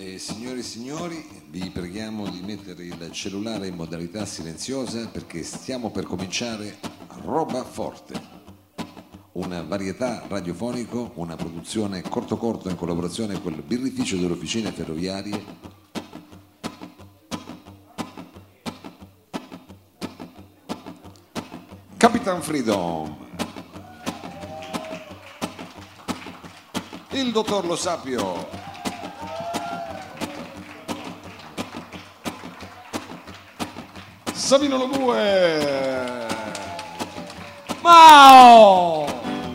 Signore e signori, vi preghiamo di mettere il cellulare in modalità silenziosa perché stiamo per cominciare Roba Forte, una varietà radiofonico, una produzione corto corto in collaborazione con il birrificio delle officine ferroviarie. Capitan Freedom, il dottor Lo Sapio, Savino Lo Bue, Mao!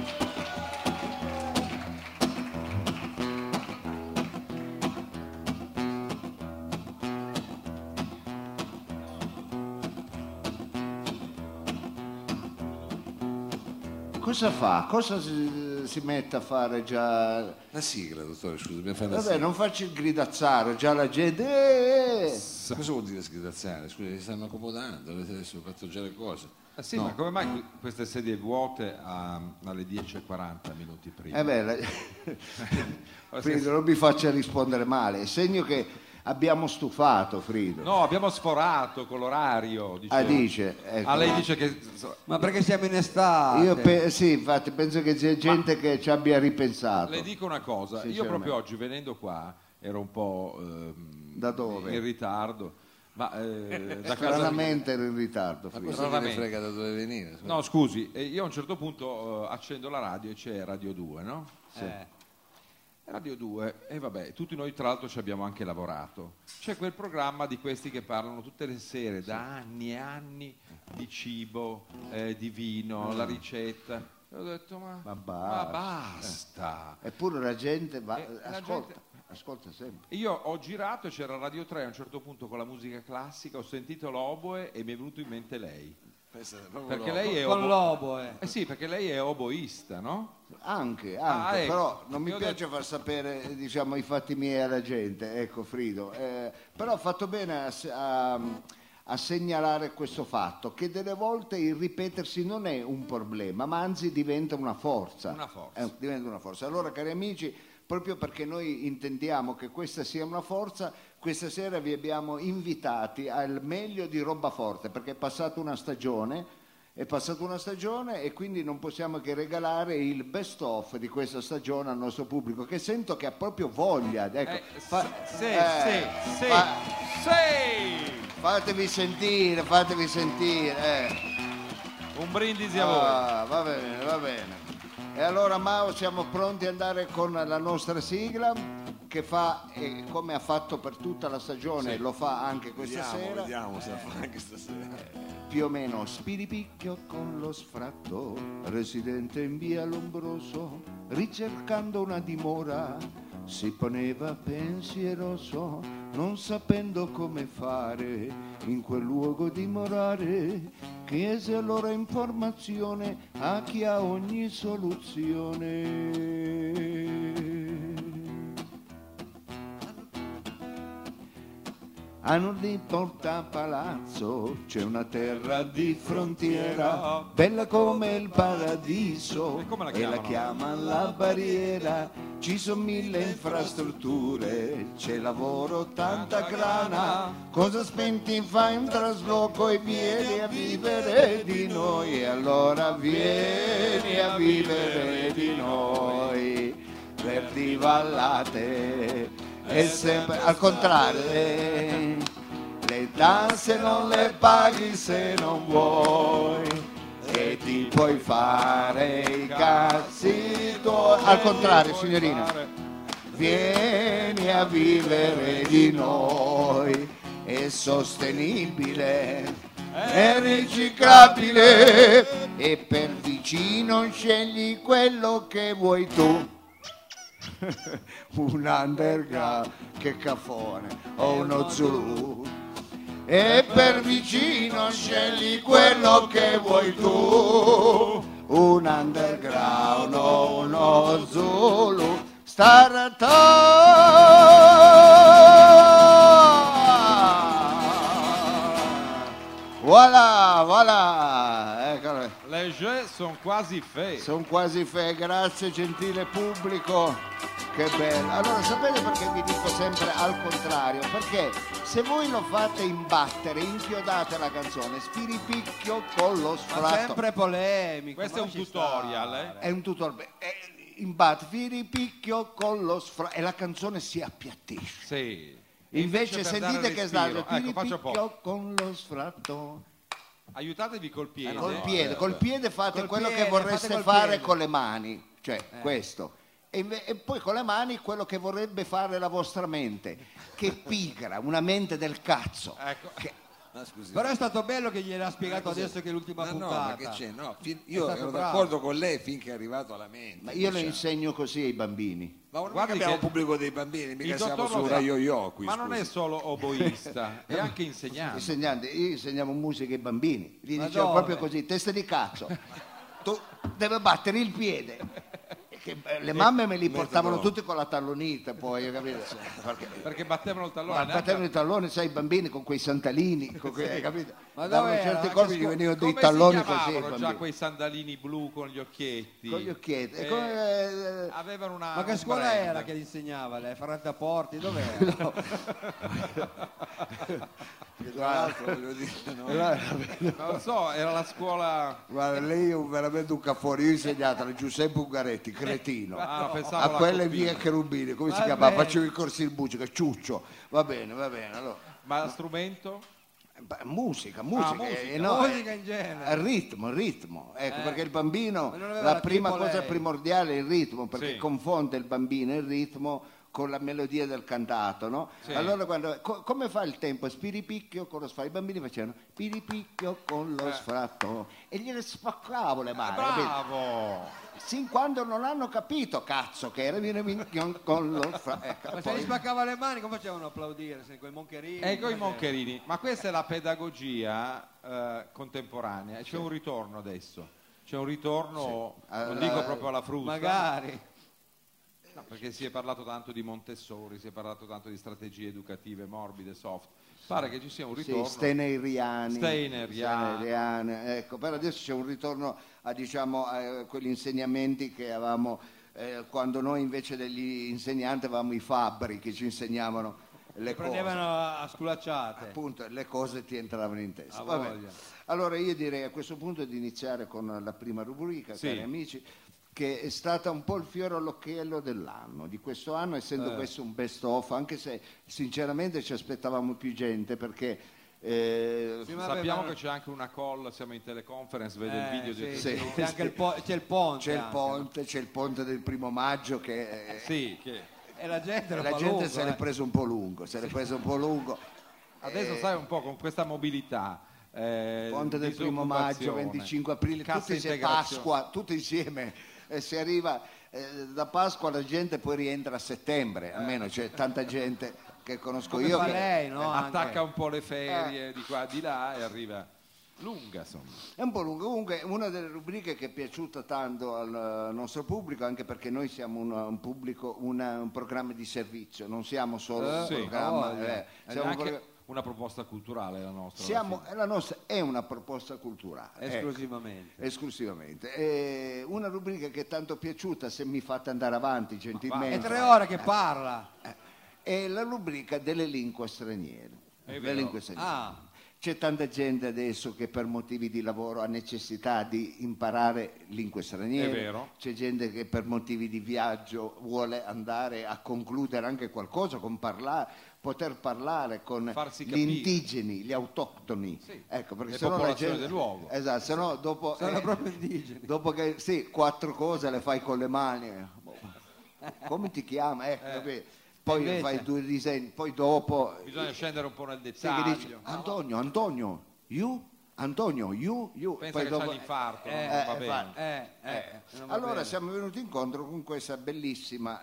Cosa fa? Cosa si mette a fare già? la sigla, dottore, scusa, dobbiamo fare la Vabbè, sigla. non faccio il gridazzare, già la gente. Cosa vuol dire sgridazzare? Scusa, si stanno accomodando, avete adesso fatto già le cose. Sì, No. ma come mai queste sedie vuote alle 10:40 minuti prima? Frido, non mi faccia rispondere male, è segno che abbiamo stufato, Frido. No, abbiamo sforato con l'orario. Ah, dice? Ecco. Lei dice che... Ma perché siamo in estate? Io sì, infatti, penso che c'è gente che ci abbia ripensato. Le dico una cosa, io Sinceramente. proprio oggi venendo qua ero un po' Da dove? in ritardo, ma da casa Stranamente ero in ritardo, Ma Frido. cosa te ne Raramente. frega da dove venire? Scusa. No, scusi, io a un certo punto accendo la radio e c'è Radio 2, no? Radio 2, e vabbè, tutti noi tra l'altro ci abbiamo anche lavorato. C'è quel programma di questi che parlano tutte le sere, da anni e anni, di cibo, di vino, la ricetta. E ho detto, ma basta. Eppure la gente va, la ascolta sempre. Io ho girato e c'era Radio 3 a un certo punto con la musica classica, ho sentito l'oboe e mi è venuto in mente lei. Perché lei è Con l'oboe. sì, perché lei è oboista, no? Anche, Ah, ecco. però non mi Io ho piace far sapere, diciamo, i fatti miei alla gente, ecco, Frido. Però ho fatto bene a segnalare questo fatto, che delle volte il ripetersi non è un problema, ma anzi diventa una forza. Una forza. Diventa una forza. Allora, cari amici, proprio perché noi intendiamo che questa sia una forza, questa sera vi abbiamo invitati al meglio di Roba Forte, perché è passata una stagione e quindi non possiamo che regalare il best of di questa stagione al nostro pubblico, che sento che ha proprio voglia. Ecco, Sì. fatevi sentire. Un brindisi a voi. Va bene. E allora, Mao, siamo pronti ad andare con la nostra sigla, che fa come ha fatto per tutta la stagione, lo fa anche questa sera. Vediamo se la fa anche stasera. Più o meno spiripicchio con lo sfratto, residente in via Lombroso, ricercando una dimora, si poneva pensieroso, non sapendo come fare in quel luogo dimorare, chiese allora informazione a chi ha ogni soluzione. A nord di Porta Palazzo c'è una terra di frontiera, bella come il paradiso, E come la e la chiamano? chiamano la barriera. Ci sono 1000 infrastrutture, c'è lavoro, tanta grana. Cosa spenti fai un trasloco e vieni a vivere di noi? E allora vieni a vivere di noi. Verdi vallate. E sempre al contrario, le tasse non le paghi se non vuoi, e ti puoi fare i cazzi tuoi. Al contrario, signorina, vieni a vivere di noi, è sostenibile, è riciclabile, e per vicino scegli quello che vuoi tu. Un underground, che cafone, o uno Zulu, e per vicino scegli quello che vuoi tu, un underground o uno Zulu. Voilà, ecco. Le je sono quasi fe. Sono quasi fe, grazie gentile pubblico, che bello. Allora sapete perché vi dico sempre al contrario? Perché se voi lo fate imbattere, inchiodate la canzone, spiripicchio con lo Ma sfratto. sempre polemico. Questo è ma un ci tutorial, sta. È un tutorial. Imbatte, spiripicchio con lo sfratto e la canzone si appiattisce. Sì. Invece per dare sentite che respiro, state, ecco, faccio poco. spiripicchio con lo sfratto. Aiutatevi col piede. Col piede fate Col quello piede, che vorreste fate col fare piede. con le mani, cioè questo. E poi con le mani quello che vorrebbe fare la vostra mente, che è pigra, una mente del cazzo. Ecco. Ma scusi, Però è stato bello che gliel'ha spiegato adesso che è l'ultima ma puntata. no, ma che c'è? No, io stato ero bravo. d'accordo con lei finché è arrivato alla mente. Ma io lo diciamo. insegno così ai bambini. Ma non Guardi abbiamo che pubblico dei bambini, Il mica siamo dottor su lo sa. Rai Yo-Yo qui. Ma non è scusi. solo oboista, è anche insegnante. Io insegniamo musica ai bambini, gli Ma dicevo dove? proprio così, testa di cazzo, tu devi battere il piede. Che, le mamme me li portavano metodo. tutti con la tallonite poi, capito? Perché battevano il tallone. Ma facevano i talloni, sai, i bambini con quei santalini, con quei, capito? Ma Davano dov'era? certe Che cose, gli venivano dei Come talloni si così ai chiamavano già bambini. quei sandalini blu con gli occhietti? Con gli occhietti. Eh, Come, avevano una. Ma che un scuola brand. era che gli insegnava lei? Ferrante a Porti, dov'era? Che tra l'altro voglio dire, no? Non lo so, era la scuola. Guarda, lei è veramente un caffone. Io ho insegnato a Giuseppe Ungaretti, cretino. Ah, no, pensavo A alla quelle Coppini. vie Cherubini, come si Va chiamava? bene. Facevo i corsi di musica, Ciuccio. Va bene, allora. Ma strumento? Musica, musica, musica in genere. Il ritmo. Ecco, perché il bambino, Ma non aveva la la prima tipo cosa lei. primordiale è il ritmo, perché Sì. confonde il bambino il ritmo con la melodia del cantato, no? Sì. Allora come fa il tempo? Spiripicchio con lo sfratto. I bambini facevano spiripicchio con lo sfratto e gliele spaccavo le mani, capito? Bravo! Sin quando non hanno capito, cazzo, che era viene con lo sfratto. Ecco, Ma se gli spaccava le mani, come facevano a applaudire? Se con i moncherini? E con i come moncherini. Ma questa è la pedagogia contemporanea. C'è un ritorno adesso. C'è un ritorno, non dico proprio alla frusta. Magari. No, perché si è parlato tanto di Montessori, si è parlato tanto di strategie educative morbide, soft. Pare che ci sia un ritorno. Sì, steineriani, Steineriani. ecco, però adesso c'è un ritorno a, diciamo, a quegli insegnamenti che avevamo quando noi invece degli insegnanti avevamo i fabbri che ci insegnavano le cose. Prendevano a sculacciate. Appunto, le cose ti entravano in testa. A Vabbè. voglia. Allora io direi a questo punto di iniziare con la prima rubrica, Sì. cari amici, che è stata un po' il fiore all'occhiello dell'anno, di questo anno, essendo questo un best of, anche se sinceramente ci aspettavamo più gente, perché Sì, ma Sappiamo vabbè, che c'è anche una call, siamo in teleconference, vedo il video di sì, Sì. c'è anche c'è il ponte. c'è il anche, ponte, c'è il ponte del 1° maggio che Sì, che E la gente lo la fa gente lungo, se l'è preso un po' lungo, adesso sai un po' con questa mobilità. Ponte del 1° maggio, 25 aprile, cassa tutti insieme, integrazione. Pasqua, tutti insieme, si arriva da Pasqua la gente poi rientra a settembre, almeno c'è tanta gente che conosco come io fa che lei, no? Attacca Anche. un po' le ferie di qua di là e arriva lunga, insomma. è un po' lungo. Comunque una delle rubriche che è piaciuta tanto al nostro pubblico, anche perché noi siamo un pubblico, un programma di servizio, non siamo solo un Sì. programma, voglia. È siamo un anche programma- una proposta culturale la nostra. alla siamo, fine. la nostra è una proposta culturale, ecco. Esclusivamente. Esclusivamente. Una rubrica che è tanto piaciuta, se mi fate andare avanti È gentilmente, 3 ore che parla. è la rubrica delle lingue straniere. È Le vero. lingue straniere. Ah, C'è tanta gente adesso che per motivi di lavoro ha necessità di imparare lingue straniere. È vero. C'è gente che per motivi di viaggio vuole andare a concludere anche qualcosa, poter parlare con Farsi gli capire. indigeni, gli autoctoni. Sì. Ecco, perché Le sennò la popolazioni gente- del luogo. Esatto, se no dopo sono proprio indigeni. dopo che sì, 4 cose le fai con le mani. Come ti chiama? Capito? Poi Invece? fai 2 disegni, poi dopo Bisogna scendere un po' nel sì, che dettaglio. dici, Antonio, you, Pensa poi che dopo- c'ha l'infarto, non va bene. Non va Allora bene. siamo venuti incontro con questa bellissima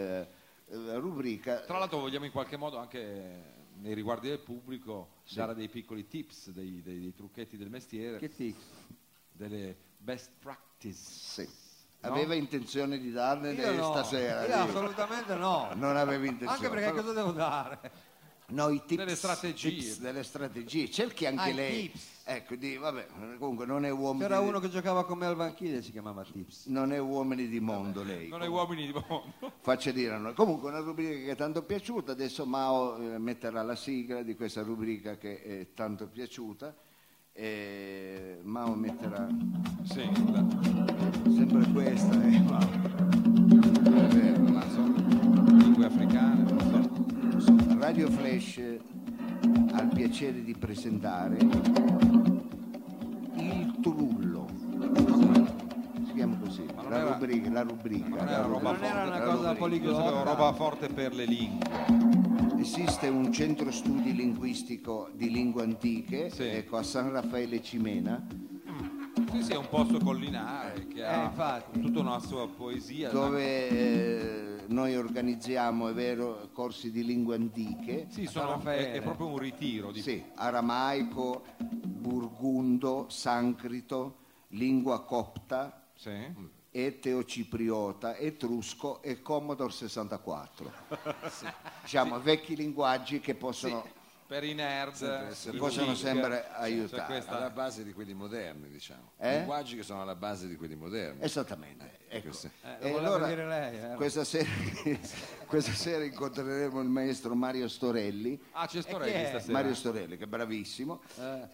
rubrica. Tra l'altro vogliamo in qualche modo anche nei riguardi del pubblico dare dei piccoli tips, dei trucchetti del mestiere, Che tics. delle best practice. Sì. No? Aveva intenzione di darne Io no. stasera? Io dico. assolutamente no. Non avevi intenzione. Anche perché cosa devo dare? No, i tips, Delle strategie. tips delle strategie. Cerchi anche i lei. tips. Ecco, vabbè, comunque non è uomo C'era uno che giocava con me al banchile, si chiamava Tips. non è uomini di mondo lei. Non è uomini di mondo. Faccia dire a noi. Comunque una rubrica che è tanto piaciuta, adesso Mao metterà la sigla di questa rubrica che è tanto piaciuta. Mao metterà Sì, sempre questa, Mao. è vero, ma sono lingue africane, non so. Radio Flash ha il piacere di presentare Il Trullo. Si chiama così, Ma non la era- rubrica. non era roba Non era una la cosa rubrica. Io sapevo poliglotta. roba forte per le lingue. Esiste un centro studi linguistico di lingue antiche, Sì. ecco, a San Raffaele Cimena, Sì, sì, è un posto collinare che ha infatti. tutta una sua poesia. dove noi organizziamo, è vero, corsi di lingue antiche. Sì, San è Raffaele. proprio un ritiro di Sì, aramaico, burgundo, sancrito, lingua copta, Sì. eteo-cipriota, etrusco e Commodore 64. Diciamo vecchi linguaggi che possono Per i nerd Sempre i possono geek, sempre c'è aiutare. questa- alla base di quelli moderni, diciamo. Eh? Linguaggi che sono alla base di quelli moderni. Esattamente, ecco. questo Lo voleva dire lei, questa sera, questa sera incontreremo il maestro Mario Storelli. Ah, c'è chi Storelli è? stasera. Mario Storelli, che è bravissimo,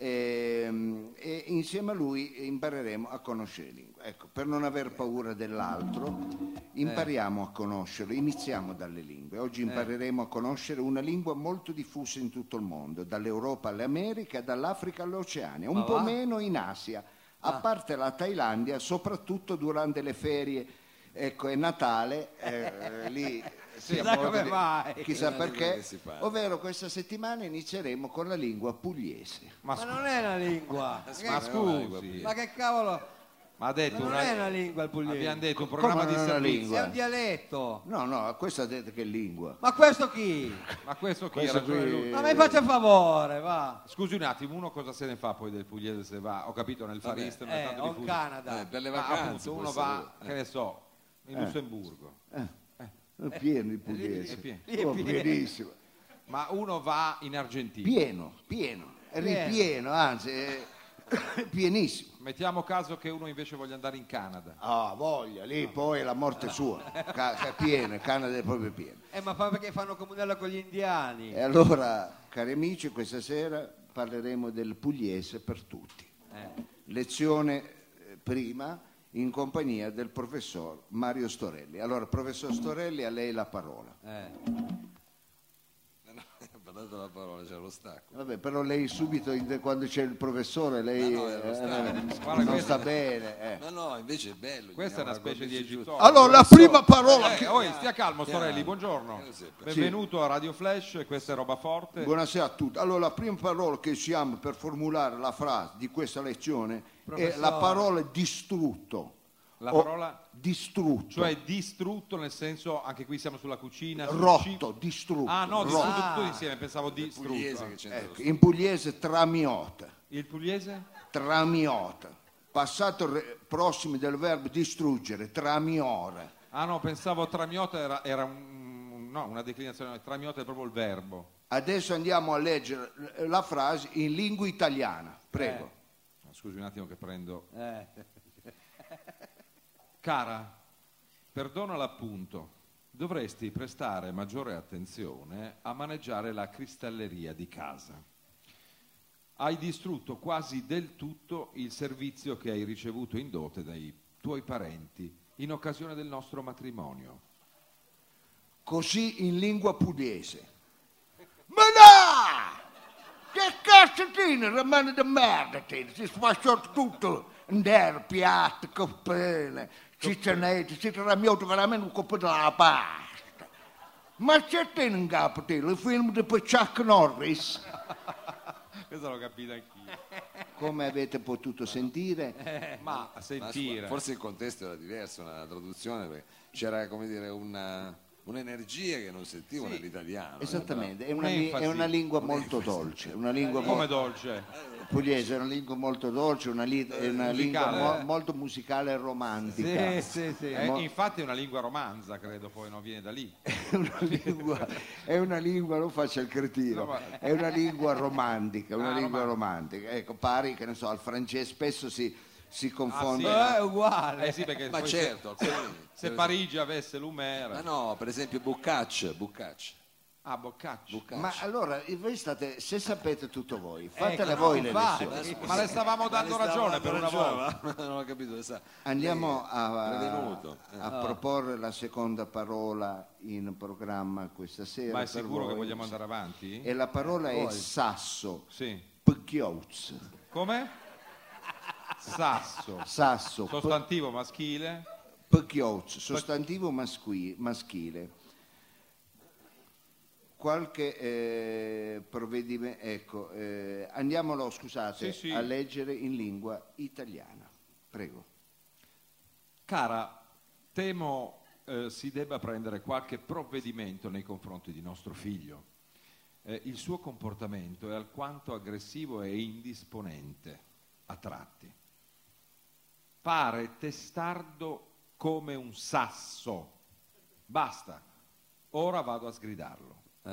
e insieme a lui impareremo a conoscere le lingue. Ecco, per non aver paura dell'altro, impariamo a conoscerlo, iniziamo dalle lingue. Oggi impareremo a conoscere una lingua molto diffusa in tutto il mondo, dall'Europa all'America, dall'Africa all'Oceania, un Ma po' va? meno in Asia, a parte la Thailandia, soprattutto durante le ferie. Ecco, è Natale, lì si Chissà apposta come di- mai. chissà Di quello perché, che si parla. ovvero questa settimana inizieremo con la lingua pugliese. Ma, Ma non è una lingua. ma scusi, Ma che cavolo? ma ha detto Non una, è una lingua il pugliese. abbiamo detto un Come programma non di è una servizio. lingua? È un dialetto. No, no, questo ha detto che è lingua. Ma questo chi? Ma questo chi Questo ha ragione qui- lui. Ma mi faccia favore, va. Scusi un attimo, uno cosa se ne fa poi del pugliese se va? Ho capito nel Far East, non è tanto Ho in diffuso. Canada. Per le Ma vacanze. appunto, uno può va, essere- che ne so, in Lussemburgo. È pieno il pugliese. È pieno. Oh, pienissimo. Ma uno va in Argentina. Pieno, è ripieno, anzi, è pienissimo. Mettiamo caso che uno invece voglia andare in Canada. Ah, voglia, lì poi è la morte sua. È pieno, Canada è proprio pieno. Ma perché fanno comunella con gli indiani? E allora, cari amici, questa sera parleremo del pugliese per tutti. Lezione prima in compagnia del professor Mario Storelli. Allora, professor Storelli, a lei la parola. Ha dato la parola, c'è lo stacco. Vabbè, però lei subito, quando c'è il professore, lei No, no, Guarda, non questa- sta bene. No, no, invece è bello. Questa è una andiamo a specie di condici egittologo. Allora, la prima parola che... Stia calmo, Storelli, buongiorno. Benvenuto a Radio Flash, questa è Roba Forte. Buonasera a tutti. Allora, la prima parola che usiamo per formulare la frase di questa lezione è la parola distrutto. La O parola, distrutto. cioè distrutto, nel senso, anche qui siamo sulla cucina. sul Rotto, cibo. distrutto. Ah no, rotto. distrutto tutto insieme, pensavo distrutto. pugliese che c'entra Ecco, in pugliese tramiota. Il pugliese? Tramiota. Passato prossimo del verbo distruggere, tramiore. Ah no, pensavo tramiota era no, una declinazione, tramiota è proprio il verbo. Adesso andiamo a leggere la frase in lingua italiana. Prego. Scusi un attimo che prendo. Cara, perdona l'appunto, dovresti prestare maggiore attenzione a maneggiare la cristalleria di casa. Hai distrutto quasi del tutto il servizio che hai ricevuto in dote dai tuoi parenti in occasione del nostro matrimonio. Così in lingua pugliese. Ma no! Che cazzo tieni, rimane di merda tieni, si sfasciò tutto, andare, piatti, coppene, ciccianetti, si tramioto veramente un coppo della pasta. Ma c'è te in capo te, il film di Chuck Norris? Questo l'ho capito anch'io. Come avete potuto sentire, Ma a Ma sentire. forse il contesto era diverso, la traduzione, perché c'era, come dire, una un'energia che non sentivo nell'italiano. Esattamente, è Un'enfasi. una lingua molto dolce, una lingua Come dolce? pugliese, è una lingua molto dolce, è una lingua musicale. molto musicale e romantica. Sì. Infatti è una lingua romanza, credo, poi non viene da lì. È una lingua, non faccia il cretino, No, ma- è una lingua romantica, una Ah, lingua romantica. Ecco, pari che ne so, al francese spesso si confonde. sì. È uguale. Sì, perché Ma poi certo, se Parigi avesse l'Umer. ma no, per esempio Boccaccio. Ah, Boccaccio. Ma allora voi se sapete tutto voi, fatele Ecco, voi le infatti. lezioni. Ma le stavamo dando ragione per una volta. Non ho capito, sa. Andiamo prevenuto. a proporre la seconda parola in programma questa sera. Ma è per sicuro che voi. vogliamo andare avanti? E la parola è sasso, Sì. pchiozz, Come? Sasso. sasso, Sostantivo maschile. pchiozz, sostantivo maschile. Qualche provvedimento, ecco, andiamolo, scusate, Sì. a leggere in lingua italiana. Prego. Cara, temo si debba prendere qualche provvedimento nei confronti di nostro figlio. Il suo comportamento è alquanto aggressivo e indisponente a tratti. Pare testardo come un sasso. Basta, ora vado a sgridarlo.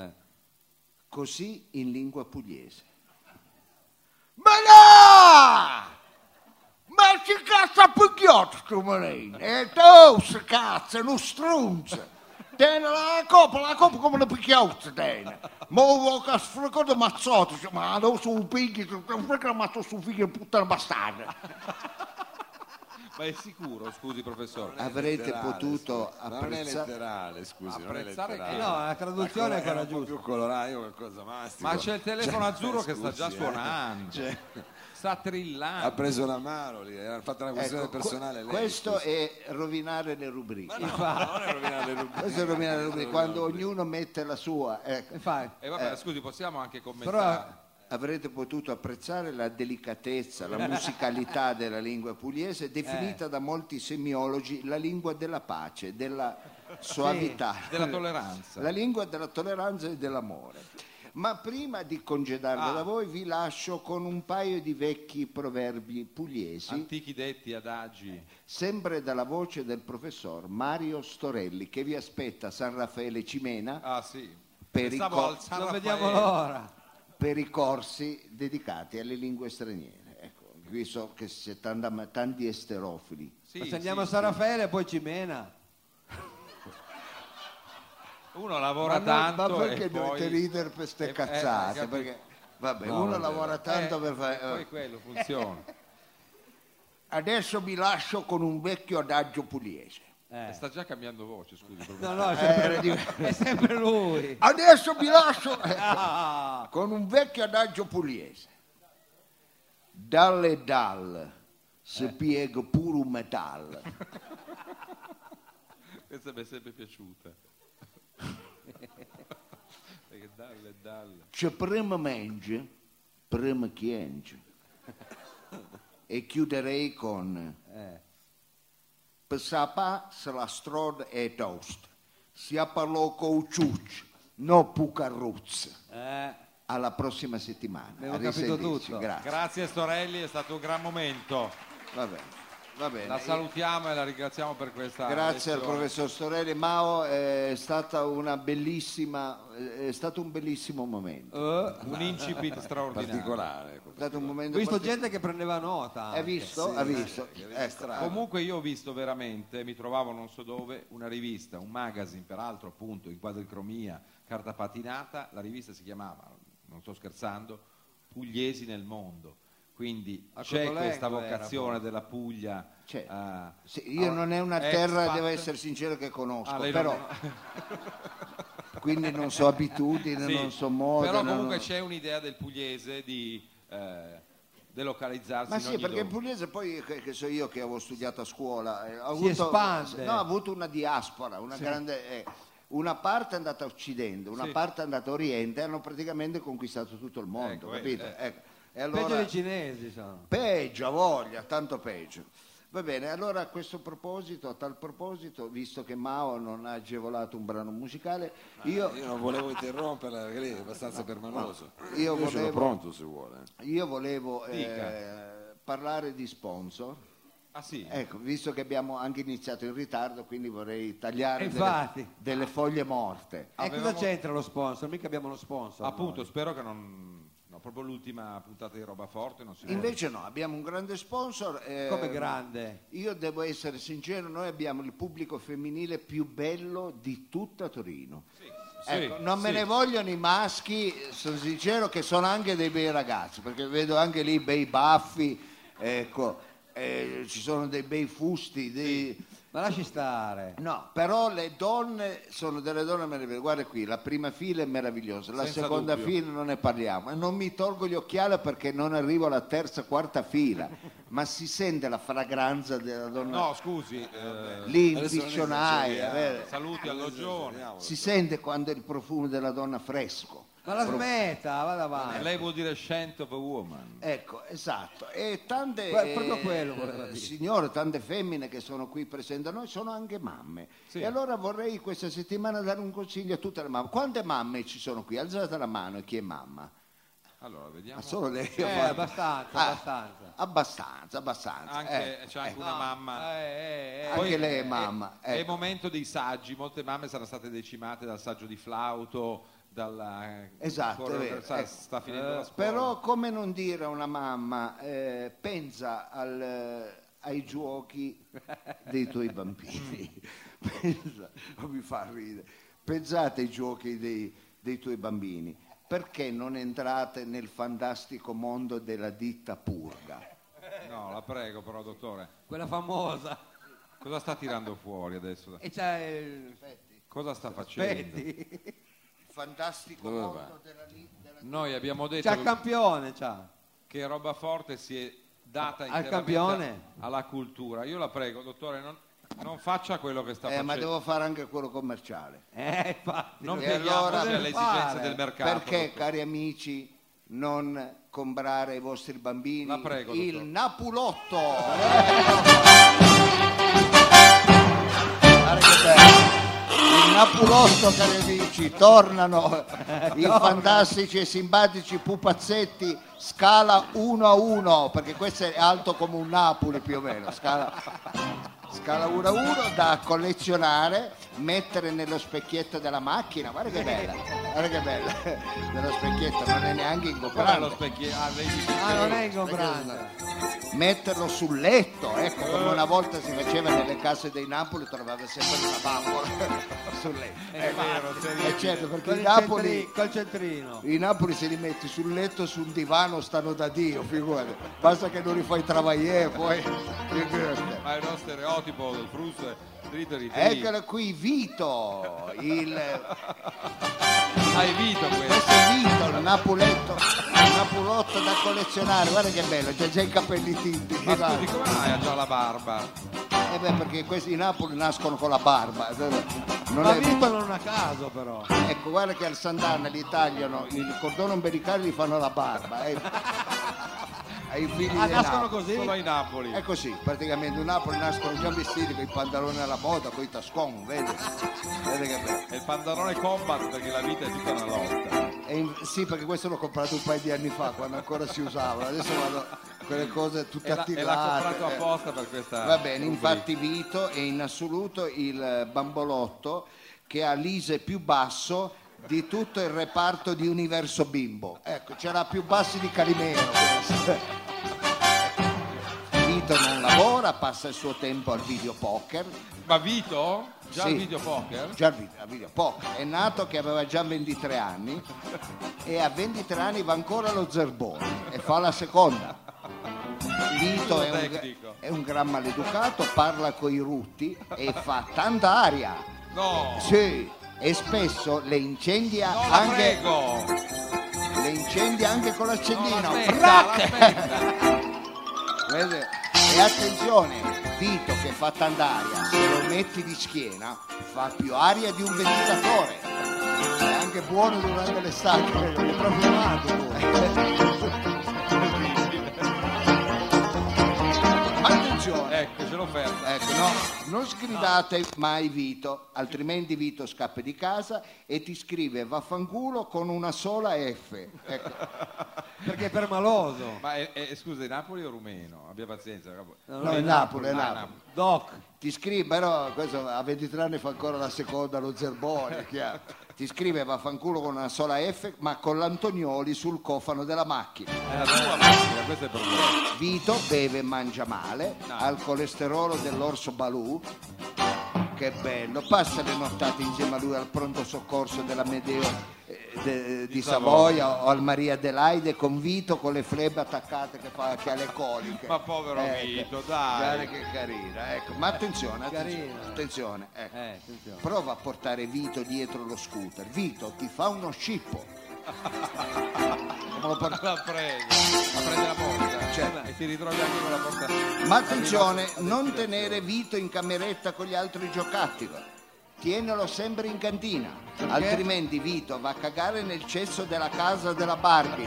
Così in lingua pugliese. Ma no! Ma ci cazzo picchiotto sto marino! E tu, se cazzo, non strunza! Tiene la coppa come una picchiotto, tiene! Ma ho che sfregato mazzotto, ma adesso su pigli, perché ammazzo su figlio puttana bastarda! Ma è sicuro, scusi professore? Avrete potuto Non è apprezzare... letterale, scusi, non è Apprezzare letterale. che- No, la traduzione è quella Era un po' giusta. più colorato, qualcosa mastico. Ma c'è il telefono azzurro che sta scusi, già suonando. Cioè, Sta ha trillando. preso la mano lì, ha fatto una questione Ecco, personale. lei, questo scusi. è rovinare le rubriche. No, non è rovinare le rubriche. Questo è rovinare le rubriche, quando ognuno mette la sua. Ecco. Infatti. E vabbè, scusi, possiamo anche commentare. Avrete potuto apprezzare la delicatezza, la musicalità della lingua pugliese, definita da molti semiologi la lingua della pace, della soavità, Della tolleranza. la lingua della tolleranza e dell'amore. Ma prima di congedarmi da voi vi lascio con un paio di vecchi proverbi pugliesi, Antichi detti, adagi. sempre dalla voce del professor Mario Storelli, che vi aspetta a San Raffaele Cimena Ah sì. Per Pensavo i co- al San Non Raffaele. vediamo l'ora. per i corsi dedicati alle lingue straniere. Ecco, qui so che c'è tanti esterofili. Sì, Ma se andiamo sì, a San Raffaele poi ci mena. uno lavora tanto ma perché e poi... dovete ridere per ste cazzate? capito. Perché, vabbè, No, uno vabbè, lavora tanto per fare... Poi quello funziona. Adesso vi lascio con un vecchio adagio pugliese. Sta già cambiando voce, scusi. No, professore. no, Era di- è sempre lui. Adesso vi lascio Ah, con un vecchio adagio pugliese. Dalle dal si piega pure un metallo. Questa mi è sempre piaciuta. Perché dalle. C'è prima mangia, prima chiange. E chiuderei con... Per sapà se la strada è tosta, si parlò con il ciuccio, non più carrozza. Alla prossima settimana. Abbiamo A capito risentirci. tutto. Grazie. Grazie Storelli, è stato un gran momento. Va bene. Va bene. La salutiamo e la ringraziamo per questa Grazie al lezione. professor Storelli. Mao, è stata una bellissima, è stato un bellissimo momento. Un incipit straordinario. Particolare. È stato un ho momento visto particolare. gente che prendeva nota. Hai visto? Sì, ha visto? che Ecco. Comunque io ho visto veramente, mi trovavo non so dove, una rivista, un magazine, peraltro appunto in quadricromia, carta patinata, la rivista si chiamava, non sto scherzando, Pugliesi nel mondo. Quindi A c'è Cotolengo questa era, vocazione poi. della Puglia. C'è. a- Sì, io non è una expat. terra, devo essere sincero, che conosco, Ah, lei però non- quindi non so abitudini, Sì, non so modi. però non- comunque c'è un'idea del pugliese di delocalizzarsi Ma in sì, ogni perché il dove. pugliese poi, che so io che avevo studiato a scuola, ha Si avuto, espande. no, ha avuto una diaspora, una grande... una parte è andata a Occidente, una Sì. parte è andata a Oriente, hanno praticamente conquistato tutto il mondo, Ecco, capito? Ecco. E allora, Peggio dei cinesi sono. peggio, a voglia, tanto peggio. Va bene, allora a tal proposito, visto che Mao non ha agevolato un brano musicale, io non volevo interromperla perché lei è abbastanza permaloso. Io sono volevo- pronto se vuole. io volevo Dica. parlare di sponsor. Ah sì? Ecco, visto che abbiamo anche iniziato in ritardo, quindi vorrei tagliare Infatti. delle foglie morte. E cosa Avevamo- c'entra lo sponsor? Mica abbiamo lo sponsor. Appunto, noi. spero che non... No, proprio l'ultima puntata di Roba Forte non si Invece no, abbiamo un grande sponsor. Come grande? Io devo essere sincero, noi abbiamo il pubblico femminile più bello di tutta Torino. Ecco, non me sì. ne vogliono i maschi, sono sincero che sono anche dei bei ragazzi, perché vedo anche lì bei baffi, ecco, ci sono dei bei fusti, Ma lasci stare. No, però le donne sono delle donne meravigliose. Guarda qui, la prima fila è meravigliosa, la Senza seconda dubbio. fila non ne parliamo. E non mi tolgo gli occhiali perché non arrivo alla terza, quarta fila, ma si sente la fragranza della donna No, scusi, lì in Adesso non piccionaia. esageriamo. saluti all'Ogione. Si sente quando è il profumo della donna fresco. Ma la smetta, vada avanti. Lei vuol dire scent of a woman. Ecco, esatto. E tante Proprio quello voleva dire. signore, tante femmine che sono qui presenti da noi sono anche mamme. Sì. E allora vorrei questa settimana dare un consiglio a tutte le mamme. Quante mamme ci sono qui? Alzate la mano e chi è mamma? Allora, vediamo. Ma solo lei? Abbastanza. Abbastanza. C'è anche una mamma. Anche lei è mamma. È il ecco. momento dei saggi, molte mamme saranno state decimate dal saggio di flauto, dalla Esatto, è vero, ecco. sta finendo la scuola. Però come non dire a una mamma, pensa ai giochi dei tuoi bambini. Pensa, mi fa ridere. Pensate ai giochi dei tuoi bambini. Perché non entrate nel fantastico mondo della ditta purga? No, la prego però, dottore. Quella famosa. Cosa sta tirando fuori adesso? E c'è il... Cosa sta facendo? Aspetti. Il fantastico Dove mondo della Noi abbiamo detto C'è il campione, c'ha. che Roba Forte si è data Al interamente campione. alla cultura. Io la prego, dottore, non faccia quello che sta facendo. ma devo fare anche quello commerciale. Infatti. Non E pieghiamoci allora- alle esigenze fare? del mercato. Perché, dottore. cari amici, non comprare ai vostri bambini La prego, il dottore. Napulotto? Guarda che bello. Il Napulotto, cari amici, tornano i fantastici e simpatici pupazzetti scala 1-1, perché questo è alto come un Napoli più o meno, scala 1-1 da collezionare, mettere nello specchietto della macchina. Guarda che bella, nello specchietto non è neanche Qual è lo ingombrante. specchietto? Non è ingombrante. Metterlo sul letto, ecco, come una volta si faceva nelle case dei Napoli, trovava sempre una bambola sul letto. È vero, E certo, perché Col i Napoli, col centrino. i Napoli se li metti sul letto, sul divano, stanno da Dio, figurati. Basta che non li fai travagliare, poi... Ma è uno stereotipo del frusto dritto di Eccolo qui, Vito, Hai Vito questo. questo è Vito, il Napulotto da collezionare, guarda che bello, c'è già i capelli tinti. Ma scusi, come mai ha già la barba? Perché questi i Napoli nascono con la barba. Non Ma è- Vito non a caso però. Ecco, guarda che al Sant'Anna gli tagliano il cordone ombelicale e gli fanno la barba. Ai figli dei Nascono Napoli. così. Solo ai Napoli. È così, praticamente i Napoli nascono già vestiti con i pantaloni alla moda, con i tascon, vedi? Vedi che bello. È il pantalone combat perché la vita è tutta una lotta. Sì, perché questo l'ho comprato un paio di anni fa, quando ancora si usava. Adesso vado quelle cose tutte E l'ha attivate. comprato apposta per questa. Va bene, rubrica. infatti Vito è in assoluto il bambolotto che ha l'ISE più basso di tutto il reparto di Universo Bimbo. Ecco, c'era più bassi di Calimero. questo. Vito non lavora, passa il suo tempo al videopoker. Ma Vito? Già Sì. il videopoker? Già al videopoker. È nato che aveva già 23 anni e a 23 anni va ancora allo zerbone e fa la seconda. Vito Tecnico. è un gran maleducato, parla coi rutti e fa tanta aria. No! Sì, e spesso le incendia No, la anche prego! le incendia anche con l'accendino. No, la Prac! smetta. Vede? E attenzione, Vito che fa tanta aria, se lo metti di schiena fa più aria di un ventilatore. È anche buono durante l'estate, vede? È proprio amato. attenzione. Ecco, ce l'ho offerta. Ecco, no, non sgridate mai Vito, altrimenti Vito scappa di casa e ti scrive vaffanculo con una sola F. Ecco. Perché è permaloso. Ma scusa, è Napoli o rumeno? Abbia pazienza. No, è Napoli, è Ah, Napoli. Doc. Ti scrive, però questo a 23 anni fa ancora la seconda, lo Zerboni, è chiaro. Ti scrive vaffanculo con una sola F, ma con l'Antonioli sul cofano della macchina. È la tua macchina, questo è il problema. Vito beve e mangia male, ha il colesterolo dell'orso Balù, che bello, passa le nottate insieme a lui al pronto soccorso della Medeo di Savoia o al Maria Adelaide con Vito con le flebbe attaccate che ha le coliche. Ma povero Vito, dai. Guarda che carina, ecco. Ma attenzione, Carina. attenzione, ecco. Attenzione. Prova a portare Vito dietro lo scooter. Vito ti fa uno scippo. Come lo porta? La prende la porta. Certo. E ti ritrovi anche con la porta. Ma attenzione, non tenere Vito in cameretta con gli altri giocattoli. Tienilo sempre in cantina, altrimenti Vito va a cagare nel cesso della casa della Barbie.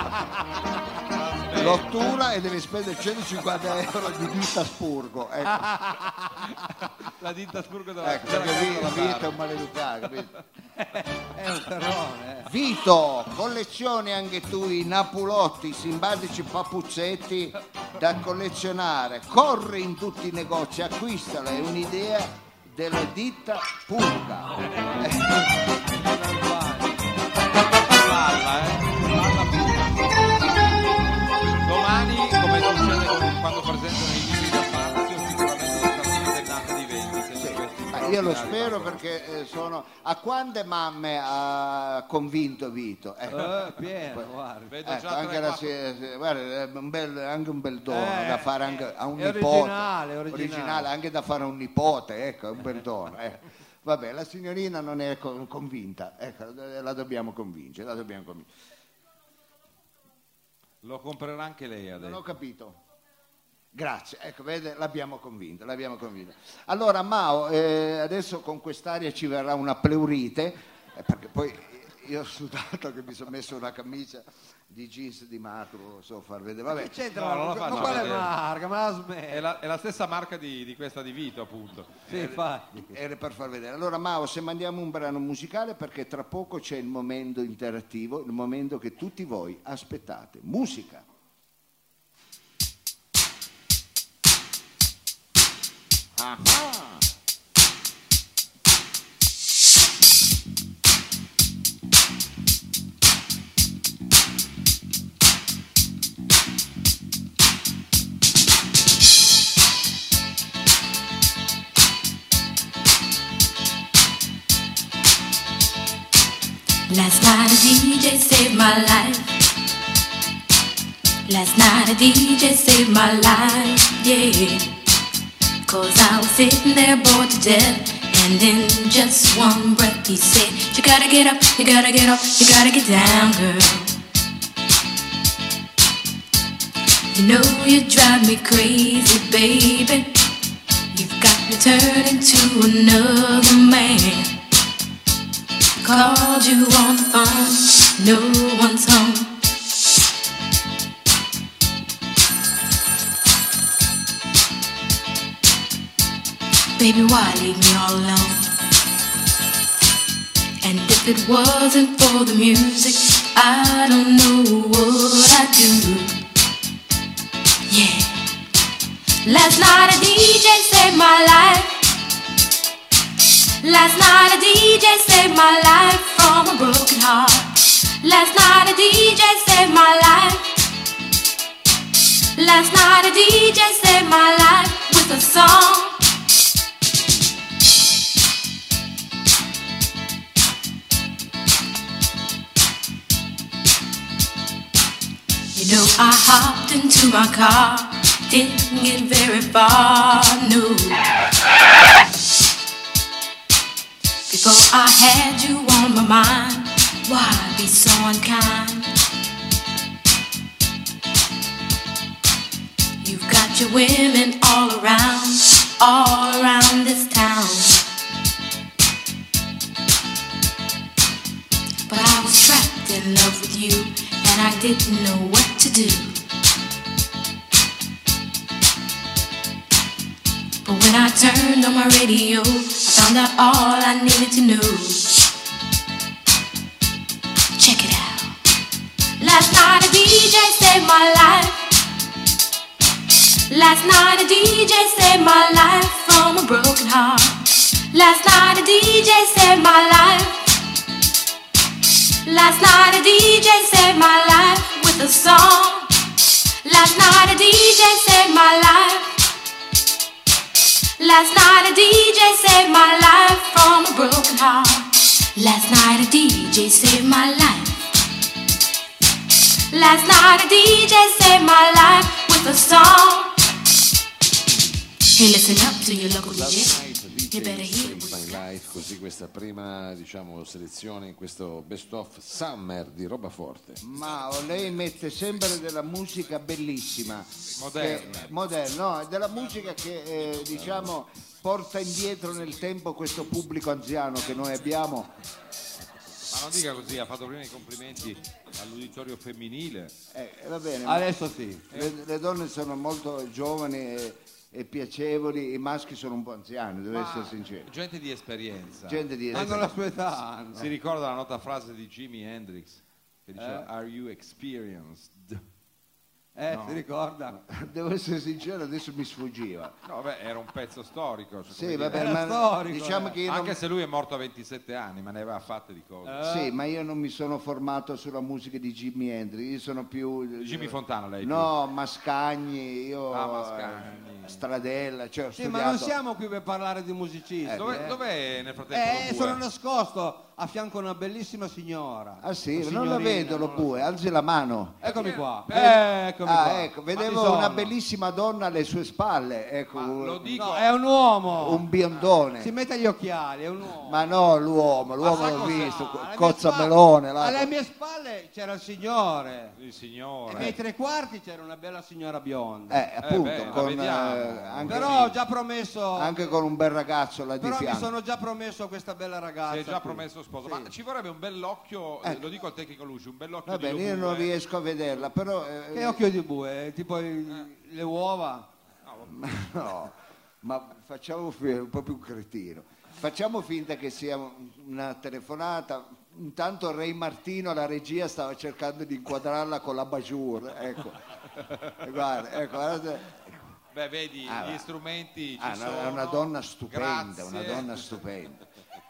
L'ottura e deve spendere 150 euro di ditta Spurgo. Ecco. La ditta spurgo della Ecco, perché Vito è un maleducato. Capito? È un terrone. Vito, collezioni anche tu i napulotti, i simpatici pappuzzetti da collezionare. Corri in tutti i negozi, acquistala, è un'idea della ditta Pulga. Domani, come succede quando presentano i libri da Fazio, sicuramente sarà una giornata di vendite. Io lo spero perché sono... A quante mamme ha convinto Vito? Pieno, guarda. Vedo Ecco, già anche, 3-4. guarda, è anche un bel dono da fare anche a un è nipote. originale. Anche da fare a un nipote, ecco, è un bel dono. Ecco. Vabbè, la signorina non è convinta, ecco, la dobbiamo convincere, Lo comprerà anche lei Non ho adesso. capito. Grazie, ecco, vede, l'abbiamo convinta. Allora, Mao, adesso con quest'aria ci verrà una pleurite, perché poi io ho sudato che mi sono messo una camicia di jeans di Macro, so far vedere, vabbè. Che c'entra? No, non la ma faccio quale vedere. marca? Ma la smetti. È la stessa marca di questa di Vito, appunto. Sì, infatti. Era per far vedere. Allora, Mao, se mandiamo un brano musicale, perché tra poco c'è il momento interattivo, il momento che tutti voi aspettate. Musica. Ah. Last night a DJ saved my life. Last night a DJ saved my life, yeah. 'Cause I was sitting there bored to death, and in just one breath he said, you gotta get up, you gotta get up, you gotta get down, girl. You know you drive me crazy, baby. You've got me turning to another man. Called you on the phone, no one's home. Baby, why leave me all alone? And if it wasn't for the music, I don't know what I'd do. Yeah. Last night a DJ saved my life. Last night a DJ saved my life from a broken heart. Last night a DJ saved my life. Last night a DJ saved my life with a song. You know I hopped into my car, didn't get very far, no. Before I had you on my mind, why be so unkind? You've got your women all around this town. But I was trapped in love with you, and I didn't know what to do. But when I turned on my radio, I found out all I needed to know. Check it out. Last night a DJ saved my life. Last night a DJ saved my life from a broken heart. Last night a DJ saved my life. Last night a DJ saved my life with a song. Last night a DJ saved my life. Last night a DJ saved my life from a broken heart. Last night a DJ saved my life. Last night a DJ saved my life with a song. Hey, listen up to your local DJ. You better hear Saved My Life, così questa prima, diciamo, selezione in questo best of summer di Roba Forte. Ma lei mette sempre della musica bellissima, Moderna. moderna, no, della musica che diciamo porta indietro nel tempo questo pubblico anziano che noi abbiamo. Ma non dica così, ha fatto prima i complimenti all'uditorio femminile. Va bene, Adesso sì. le donne sono molto giovani e piacevoli, i maschi sono un po' anziani, devo essere sincero. Gente di esperienza. Gente di Hanno la sua età. hanno. Si ricorda la nota frase di Jimi Hendrix che diceva Are you experienced? No. Si ricorda? Devo essere sincero, adesso mi sfuggiva. No, beh, era un pezzo storico. Cioè, Sì, come vabbè, dire, ma storico, diciamo che io anche non, se lui è morto a 27 anni, ma ne aveva fatte di cose. sì, ma io non mi sono formato sulla musica di Jimi Hendrix, io sono più Jimmy Fontana lei? no, Mascagni, io Mascagni. Stradella, cioè ho Sì, studiato. ma non siamo qui per parlare di musicisti. Dov'è nel frattempo? lo Sono bue? nascosto a fianco a una bellissima signora. Ah sì, Una non la signorina, vedo lo non pure, alzi la mano. Eccomi qua. Per- Eccomi qua. Ecco, Ma vedevo ci sono. una bellissima donna alle sue spalle, ecco, Lo dico, No, è un uomo. un biondone. Si mette gli occhiali, è un uomo. Ma no, l'uomo sa l'ho cos'è? visto, Alle mie cozzamelone. spalle- là. Alle mie spalle c'era il signore. il E signore. nei tre quarti c'era una bella signora bionda. Appunto, beh, la con, vediamo. anche, Però ho già promesso. anche con un bel ragazzo là di Però mi fianco. sono già promesso a questa bella ragazza. Si è già qui. promesso sposo. Sì. Ma ci vorrebbe un bell'occhio, Ecco. lo dico al tecnico Lucio, un bell'occhio Va di bene, io non Lobue. riesco a vederla, però Che occhio di bue, tipo le uova. no, ma facciamo un po' più un cretino. Facciamo finta che sia una telefonata. Intanto Ray Martino, la regia, stava cercando di inquadrarla con la Bajour. Ecco. Guarda. Beh, vedi, Ah, gli va. strumenti ci Ah, no, sono. è una donna stupenda, Grazie. una donna stupenda.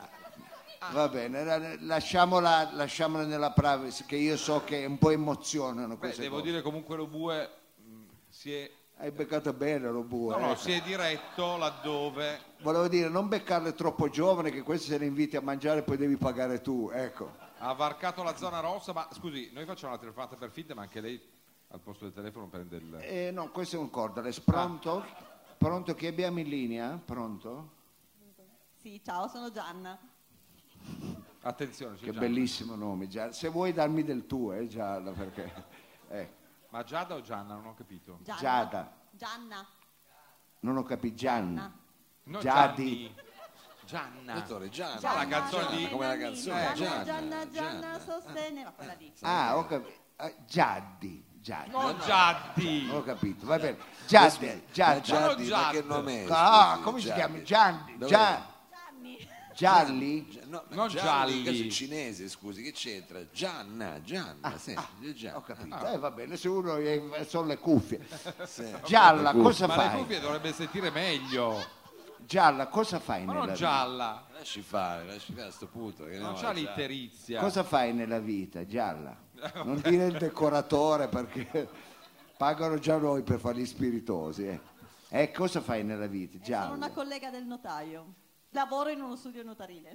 Va bene, lasciamola nella privacy, che io so che un po' emozionano Beh, queste devo cose. dire comunque lo bue si è, Hai beccato bene lo bue. no, no, ecco. si è diretto laddove Volevo dire, non beccarle troppo giovane, che questo se le inviti a mangiare poi devi pagare tu, ecco. ha varcato la zona rossa. Ma scusi, noi facciamo la telefonata per finta, ma anche lei al posto del telefono prende il... No, questo è un cordless. Pronto? Pronto, chi abbiamo in linea? Pronto? Sì, ciao, sono Gianna. Attenzione, c'è Che Giada. bellissimo nome, Giada. Se vuoi darmi del tuo, Giada, perché... Ma Giada o Gianna? Non ho capito. Gianna. Giada. Gianna. Non ho capito, Gianna. Gianna. No, Giadi. Gianna. Dottore, Gianna. Sa la canzone Gianna, di... come la canzone, Gianna, Gianna, Gianna sosteneva quella lì. Ah, ho capito. Giaddi. No, Giaddi. Ho capito, va bene. Giaddi, Giaddi. Gianni, ma Gianni. che nome è? Ah, scusi, come si Gianni? chiama? Gianni. Dov'è? Gianni. Gialli? No, Non Gianni, Gialli. che è cinese, scusi, che c'entra? Gianna, sì, Gianna. Ho capito, va bene, se uno sono le cuffie. Sì. Gialla, cosa Ma le fai? cuffie dovrebbe sentire meglio. Gialla, cosa fai Ma nella non vita? gialla. Lasci fare a sto punto. Che Non no, c'ha già. l'itterizia. Cosa fai nella vita, Gialla? Non dire il decoratore perché pagano già noi per fare gli spiritosi. Cosa fai nella vita, Sono Gialla? una collega del notaio. Lavoro in uno studio notarile.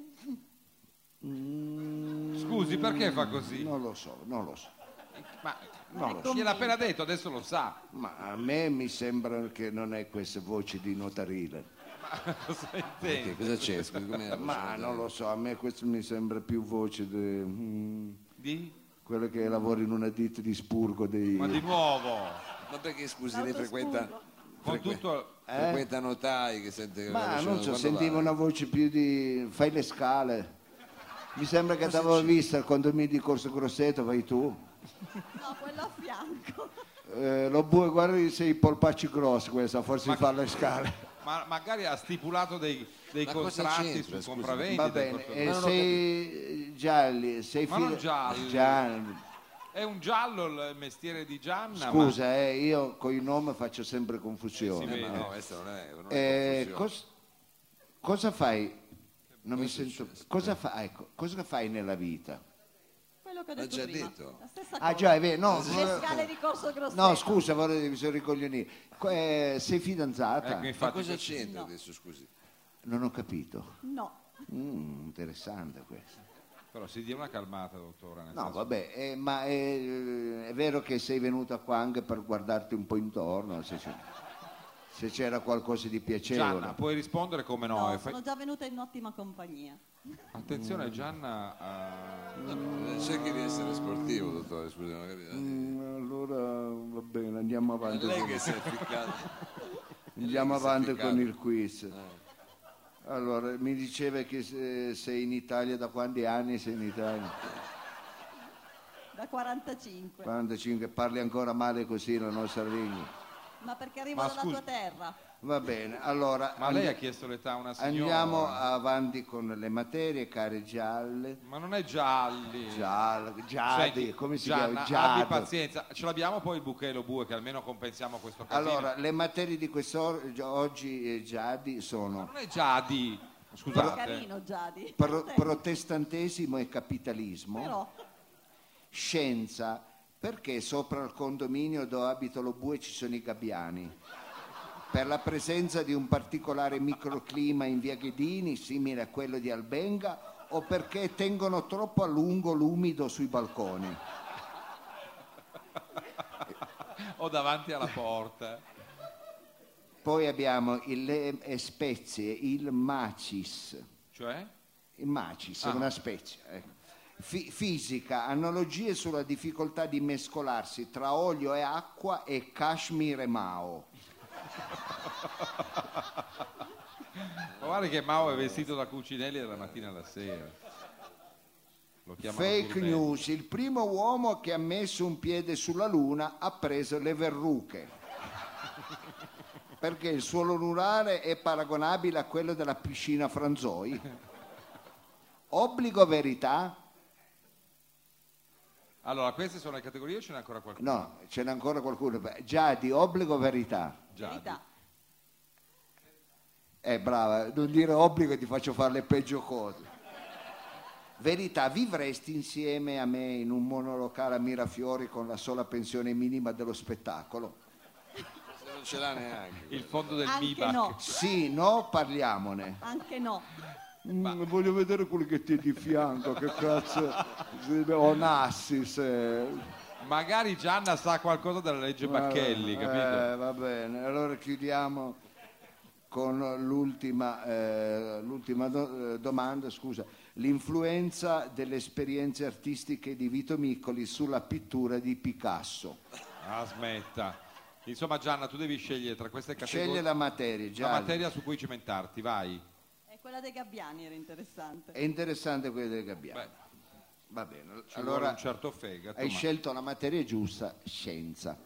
Scusi, perché fa così? Non lo so. Ma Non lo so. gliel'ha appena detto, adesso lo sa. Ma a me mi sembra che non è queste voci di notarile. Cosa Che intende? cosa c'è? Scusi, com'è? Ma non lo so, a me questo mi sembra più voce di Di? quello che lavora in una ditta di spurgo dei... Ma di nuovo. Ma perché scusi, lei frequenta Con tutto... frequenta notai che sente Ma non so, quando sentivo va? una voce più di... fai le scale. Mi sembra che ti avevo vista al condominio di Corso Grosseto, vai tu. No, quello a fianco. Lo bue, guarda se i polpacci grossi questa, forse fa le scale. Ma magari ha stipulato dei Ma cosa contratti c'entra, su scusi? compravendita. Va bene, qualcosa- non ho sei gialli, sei Ma non gialli. Gialli. È un giallo il mestiere di Gianna. Scusa, io con i nomi faccio sempre confusione. Si vede. Ma no, questa non è confusione. Cosa fai? Non mi sento. Cosa fai? Ecco, cosa fai nella vita? Quello che ho L'ha detto già prima. detto. La stessa Ah cosa. già, è vero, no. Le scale di Corso Grosseto. No, scusa, mi sono ricoglionito. Sei fidanzata? Ecco, Ma infatti, cosa c'entra No. adesso, scusi? Non ho capito. No. Interessante questo. però si dia una calmata, dottore. nel No, senso- vabbè, ma è vero che sei venuta qua anche per guardarti un po' intorno, se c'era qualcosa di piacevole. Gianna, puoi rispondere come no? No, e fai- sono già venuta in ottima compagnia. Attenzione Gianna, Cerchi di essere sportivo, dottore, scusi, non ho capito. Allora va bene, andiamo È avanti. lei che si è ficcato. Andiamo lei che si è avanti ficcato. con il quiz. Allora, mi diceva che sei in Italia, da quanti anni sei in Italia? Da 45. 45, parli ancora male così la nostra lingua. Ma perché arrivo Ma dalla scusi- tua terra? Va bene, allora ma lei ha chiesto l'età a una signora. andiamo avanti con le materie, care gialle. Ma non è gialli. Giadi, Senti, come si Gianna, chiama? abbi Giado. pazienza, ce l'abbiamo poi il bouquet e lo bue che almeno compensiamo questo casino. Allora, le materie di oggi, Giadi, sono non è Giadi, scusate. Carino Giadi. protestantesimo e capitalismo, Però scienza, perché sopra il condominio dove abito lo bue ci sono i gabbiani, per la presenza di un particolare microclima in via Ghedini simile a quello di Albenga, o perché tengono troppo a lungo l'umido sui balconi. O davanti alla porta. Poi abbiamo le spezie, il macis. Cioè? Il macis è una specie. Ecco. Fisica, analogie sulla difficoltà di mescolarsi tra olio e acqua e cashmere Mao. Ma guarda che Mao è vestito da Cucinelli dalla mattina alla sera. Lo chiamano Fake Turbelli. news, il primo uomo che ha messo un piede sulla Luna ha preso le verruche. Perché il suolo lunare è paragonabile a quello della piscina Franzoi. Obbligo o verità? Allora, queste sono le categorie o ce n'è ancora qualcuno? No, ce n'è ancora qualcuno. Già di obbligo o verità? verità. Brava, non dire obbligo e ti faccio fare le peggio cose. Verità, vivresti insieme a me in un monolocale a Mirafiori con la sola pensione minima dello spettacolo? Se non ce l'ha neanche. Il fondo del Anche Mibac. no, Sì, no, parliamone. anche no. Voglio vedere quelli che ti è di fianco, che cazzo. Onassis. Magari Gianna sa qualcosa della legge Bacchelli, capito? Va bene, allora chiudiamo con l'ultima domanda, scusa. L'influenza delle esperienze artistiche di Vito Miccoli sulla pittura di Picasso. Ah, smetta. Insomma, Gianna, tu devi scegliere tra queste categorie Sceglie la materia, la già. materia su cui cimentarti, vai. E quella dei gabbiani era interessante. È interessante quella del gabbiano. Beh, Va bene, ci vuole allora un certo fegato. hai ma- scelto la materia giusta, scienza.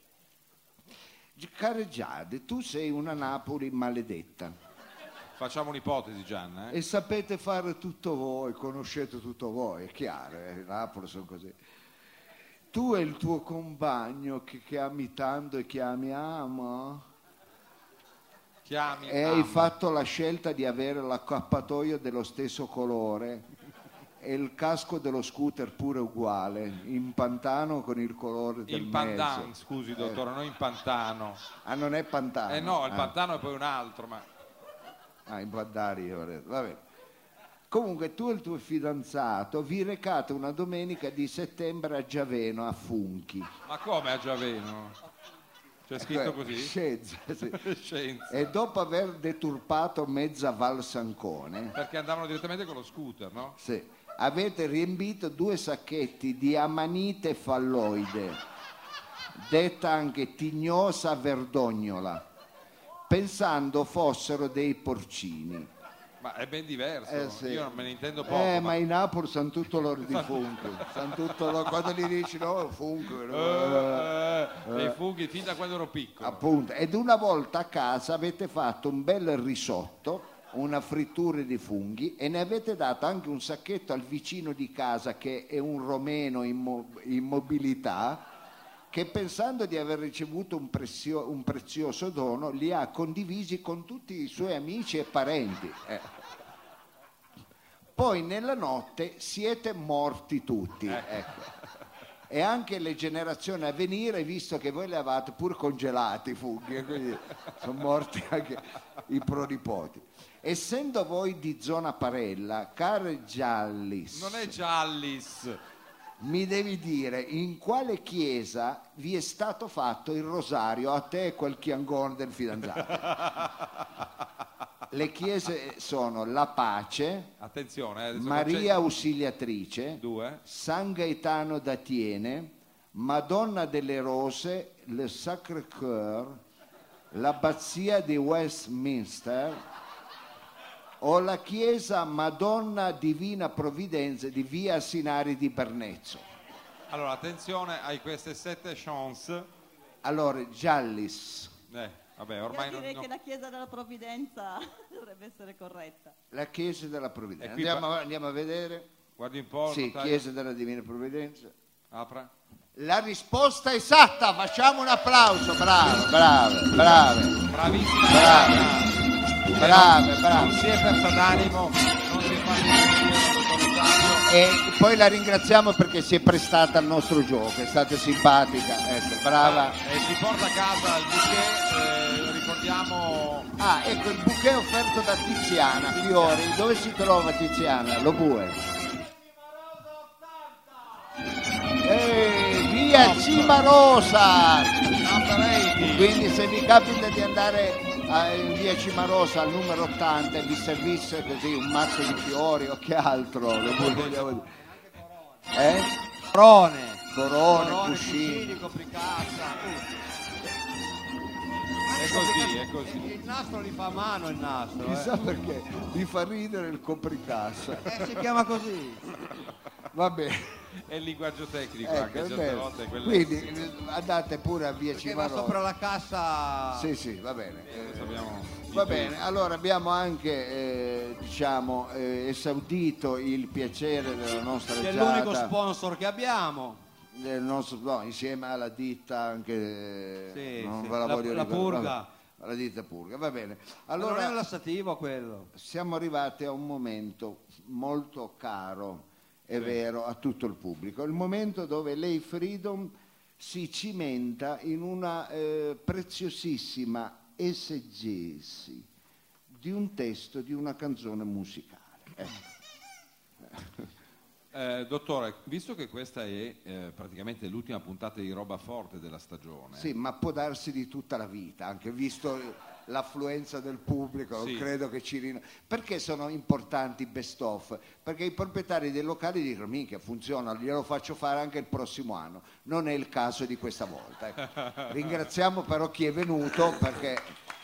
Care Giade, tu sei una Napoli maledetta Facciamo un'ipotesi, Gianna. e sapete fare tutto voi, conoscete tutto voi, è chiaro, Napoli sono così. Tu e il tuo compagno che ami tanto e che amo, Chiami. e hai fatto la scelta di avere l'accappatoio dello stesso colore e il casco dello scooter pure uguale, in pantano con il colore del In pandan, mezzo. scusi dottore, non in pantano. Ah, non è pantano? Eh no, il pantano è poi un altro, ma... In Pandari, io vorrei- va bene. Comunque tu e il tuo fidanzato vi recate una domenica di settembre a Giaveno, a Funchi. Ma come a Giaveno? C'è scritto così? Scienza, sì. Scienza. E dopo aver deturpato mezza Val Sancone, Perché andavano direttamente con lo scooter, no? sì, avete riempito 2 sacchetti di amanite falloide, detta anche tignosa verdognola, pensando fossero dei porcini. Ma è ben diverso, Sì. io non me ne intendo poco. Ma in Napoli sanno tutto loro di funghi. Sanno tutto loro, quando gli dici no, funghi. E i funghi fin da quando ero piccolo. Appunto, ed una volta a casa avete fatto un bel risotto, una frittura di funghi e ne avete dato anche un sacchetto al vicino di casa che è un romeno in mobilità, che pensando di aver ricevuto un prezioso dono li ha condivisi con tutti i suoi amici e parenti. Poi nella notte siete morti tutti, ecco. E anche le generazioni a venire, visto che voi li avete pur congelati i funghi, e quindi sono morti anche i pronipoti. Essendo voi di zona Parella, care Giallis, Non è Giallis. mi devi dire in quale chiesa vi è stato fatto il rosario a te e quel chiangone del fidanzato. Le chiese sono La Pace, Attenzione, adesso Maria Ausiliatrice, 2. San Gaetano d'Atiene, Madonna delle Rose, le Sacré-Cœur, l'Abbazia di Westminster o la chiesa Madonna Divina Provvidenza di via Sinari di Bernezzo. Allora, attenzione, hai queste 7 chance. Allora, Giallis, Vabbè, ormai Io direi non... che la Chiesa della Provvidenza dovrebbe essere corretta. la chiesa della Provvidenza. E qui Andiamo a vedere. Guardi un po'. Sì, notaio. chiesa della Divina Provvidenza. Apra. La risposta esatta, facciamo un applauso, bravo. Bravissima. Brave. Non si è persa d'animo, non si fa niente. E poi la ringraziamo perché si è prestata al nostro gioco, è stata simpatica, ecco, brava. E si porta a casa il bouquet, ricordiamo... Ah, ecco il bouquet offerto da Tiziana, fiori. Dove si trova Tiziana? Lo bue. Via Cimarosa! Quindi se vi capita di andare in via Cimarosa al numero 80 e vi servisse così un mazzo di fiori o che altro, lo vogliamo dire. Corone, cuscini. copricassa. È così. Il nastro li fa a mano, il nastro. Chissà perché mi fa ridere il copricassa. Si chiama così. Va bene. È il linguaggio tecnico Ecco, anche è certe vero. volte. Quindi andate pure a via Perché va Cimarosa. sopra la cassa. Sì, va bene. Adesso abbiamo Va bene, allora abbiamo anche esaudito il piacere della nostra Che è giata, l'unico sponsor che abbiamo. del nostro, no, insieme alla ditta anche Sì, non sì, ve la voglio la ricordare, Purga. vabbè, la ditta Purga, va bene. Allora, non è un Allora lassativo quello. siamo arrivati a un momento molto caro, è vero, a tutto il pubblico, il momento dove lei Freedom si cimenta in una preziosissima esegesi di un testo di una canzone musicale. Dottore, visto che questa è praticamente l'ultima puntata di Roba Forte della stagione, Sì, ma può darsi di tutta la vita, anche visto l'affluenza del pubblico, non Sì. credo che perché sono importanti i best of? Perché i proprietari dei locali dicono minchia funziona, glielo faccio fare anche il prossimo anno. Non è il caso di questa volta, ecco. Ringraziamo però chi è venuto perché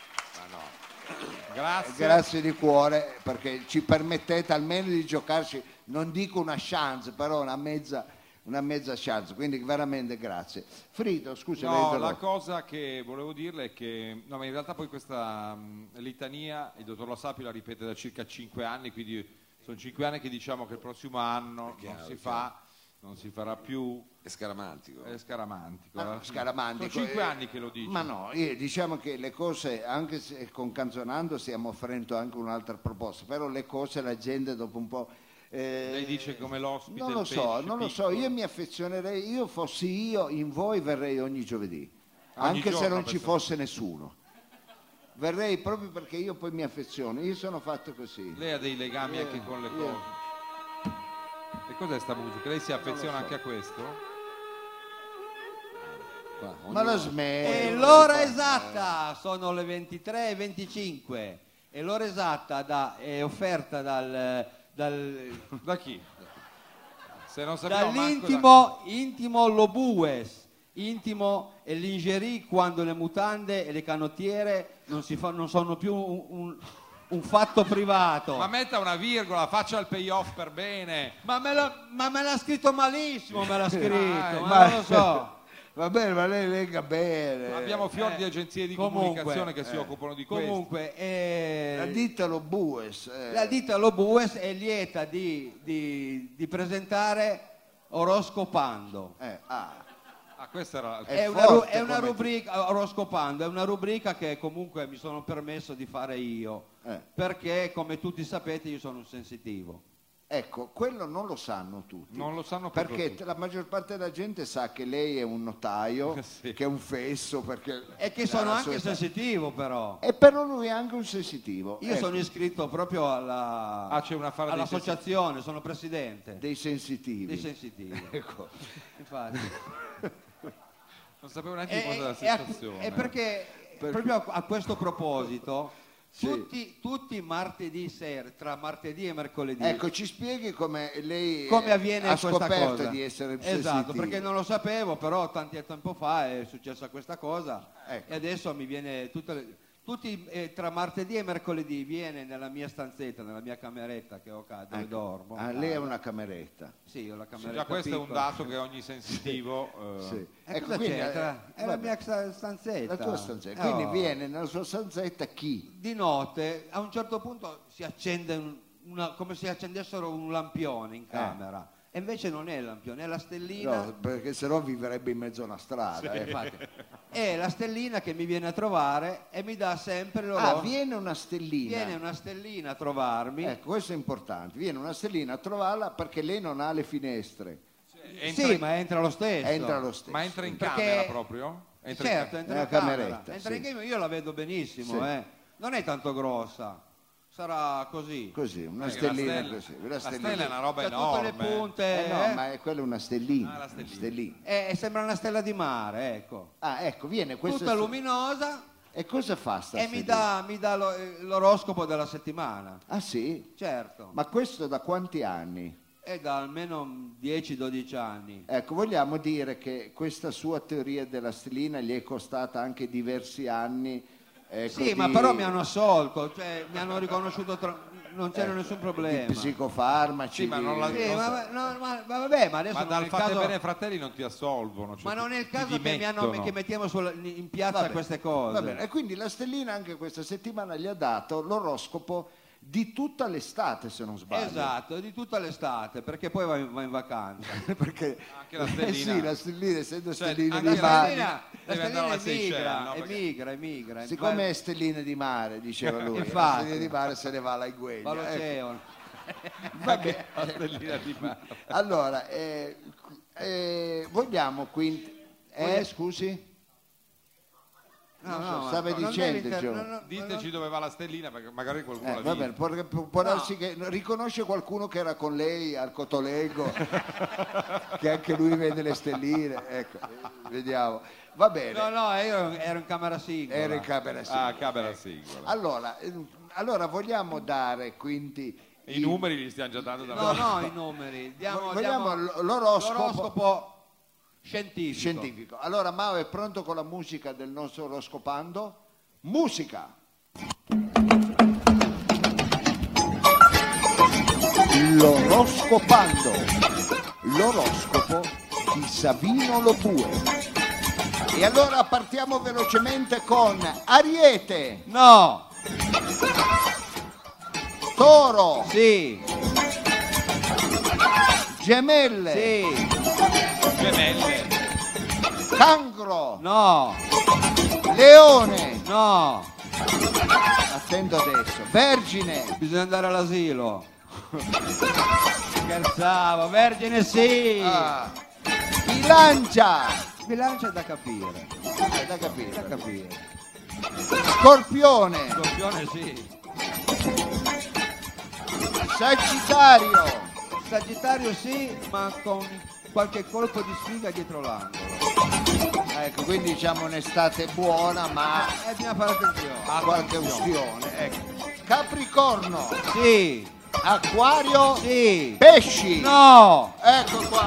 grazie di cuore perché ci permettete almeno di giocarci, non dico una chance, però una mezza chance, quindi veramente grazie. Frido, scusa, No, la cosa che volevo dirle è che no, ma in realtà poi questa litania il dottor Lo Sapio la ripete da circa 5 anni, quindi sono 5 anni che diciamo che il prossimo anno non si farà più. È scaramantico. È scaramantico. Scaramantico. Sono 5 anni che lo dice. Ma no, diciamo che le cose, anche se con Canzonando stiamo offrendo anche un'altra proposta, però le cose la gente dopo un po'... Lei dice come l'ospite non lo il so, pesce non lo so, piccolo. io mi affezionerei, io fossi io in voi verrei ogni giovedì, anche se giorno, non ci perché- fosse nessuno. Verrei proprio perché io poi mi affeziono, io sono fatto così. Lei ha dei legami anche con le cose. E cos'è sta musica? Lei si affeziona anche a questo? Qua, Ma la E smetti. l'ora esatta sono le 23:25 e l'ora esatta è offerta Da chi? Se non sappiamo dall'intimo Lobues. Intimo e lingerie quando le mutande e le canottiere non sono più un fatto privato. Ma metta una virgola, faccia il payoff per bene. Ma me l'ha scritto malissimo, me l'ha scritto, ma ma non lo so. Va bene, ma lei legga bene. Abbiamo fior di agenzie di comunicazione che si occupano di questo. Comunque, La ditta Lo Bues. la ditta Lo Bues è lieta di presentare Oroscopando. Questa era È È forte una come rubrica, Oroscopando, è una rubrica che comunque mi sono permesso di fare io, perché come tutti sapete io sono un sensitivo. Ecco, quello non lo sanno tutti. Non lo sanno proprio perché tutti. la maggior parte della gente sa che lei è un notaio, Sì. che è un fesso, perché E che sono la anche sua età. sensitivo però. E però lui è anche un sensitivo. Io Ecco, sono iscritto proprio c'è una affare dei all'associazione, sono presidente dei sensitivi. dei sensitivi. Ecco. Infatti. Non sapevo neanche cosa la E sensazione. perché proprio a questo proposito, Sì. tutti i martedì sera, tra martedì e mercoledì, Ecco, ci spieghi come lei come avviene ha questa scoperto cosa. di essere un Esatto, sensitivo. perché non lo sapevo, però tanti tempo fa è successa questa cosa Ecco. e adesso mi viene tra martedì e mercoledì viene nella mia stanzetta, nella mia cameretta che ho qua dove dormo. Lei ha una cameretta. Sì, ho la Sì, cameretta. già questo è un piccola. dato che ogni sensitivo Sì. Ecco, Ecco, quindi, c'entra? È la vabbè, mia stanzetta. la tua stanzetta. Quindi Oh. viene nella sua stanzetta chi? Di notte, a un certo punto si accende come se accendessero un lampione in camera. E invece non è il lampione, è la stellina. No, perché sennò vivrebbe in mezzo a una strada. Infatti, è la stellina che mi viene a trovare e mi dà sempre l'orologio. Viene una stellina. Viene una stellina a trovarmi. Ecco, questo è importante. Viene una stellina a trovarla perché lei non ha le finestre. Sì, ma entra lo stesso. Entra lo stesso. Ma entra in Perché- camera proprio? Entra in Certo, entra Nella in camera. cameretta, Entra sì. in camera, io la vedo benissimo, Sì. Non è tanto grossa. Sarà così. Così, una la stellina stella- così. Una La stellina. stella è una roba C'ha tutte enorme. le punte. No, ma quella è una stellina. la stellina. Stellina. Sembra una stella di mare, ecco. Ecco, viene questa Tutta luminosa E cosa fa sta e stellina? mi dà l'oroscopo della settimana. Ah sì? Certo. Ma questo da quanti anni? È da almeno 10-12 anni. Ecco, vogliamo dire che questa sua teoria della stellina gli è costata anche diversi anni. Ecco, Sì, ma però mi hanno assolto, cioè mi hanno riconosciuto, non c'era nessun problema. di psicofarmaci. Sì, ma non la- Sì, ma vabbè, ma adesso Ma non è dal il fate caso, bene fratelli non ti assolvono. Cioè ma non è il ti caso dimettono. che mettiamo in piazza Vabbè, queste cose. Va bene, e quindi la stellina anche questa settimana gli ha dato l'oroscopo di tutta l'estate, se non sbaglio. Esatto, di tutta l'estate, perché poi va in vacanza. Perché Anche la stellina. sì, la stellina, essendo Cioè, stellina anche di la mare, La deve andare alla Seychelles, no? Perché- emigra. siccome è stellina di mare, diceva lui, la Infatti. stellina di mare se ne va alla Igueglia. Va Ecco. all'oceano. Vabbè. La stellina di mare. Allora, vogliamo quindi... scusi? Non so, stava dicendo, Gio. Diteci dove va la stellina perché magari qualcuno la Va vede. bene, può darsi che riconosce qualcuno che era con lei al Cotolego, che anche lui vede le stelline, ecco, vediamo. Va bene, No, io ero in camera singola. era in camera sì. Ah, camera singola. Allora, vogliamo dare quindi I numeri li stiamo già dando da No, i numeri. vogliamo Diamo l'oroscopo scientifico. scientifico. Allora Mao è pronto con la musica del nostro oroscopando? Musica! L'oroscopando, l'oroscopo di Savino Lo Bue. E allora partiamo velocemente con Ariete, No, Toro, sì, Gemelle, sì, Gemelle. Cancro, no, Leone, no, attento adesso, Vergine, bisogna andare all'asilo. Scherzavo, Vergine sì. Bilancia, Bilancia è da capire. è da capire, Da capire. Scorpione, Scorpione sì. Sagittario, Sagittario sì, ma con qualche colpo di sfiga dietro l'angolo. ecco, quindi diciamo un'estate buona, ma Bisogna fare attenzione. qualche ustione, ecco. Capricorno, Sì, Acquario, sì. Pesci, No! ecco qua,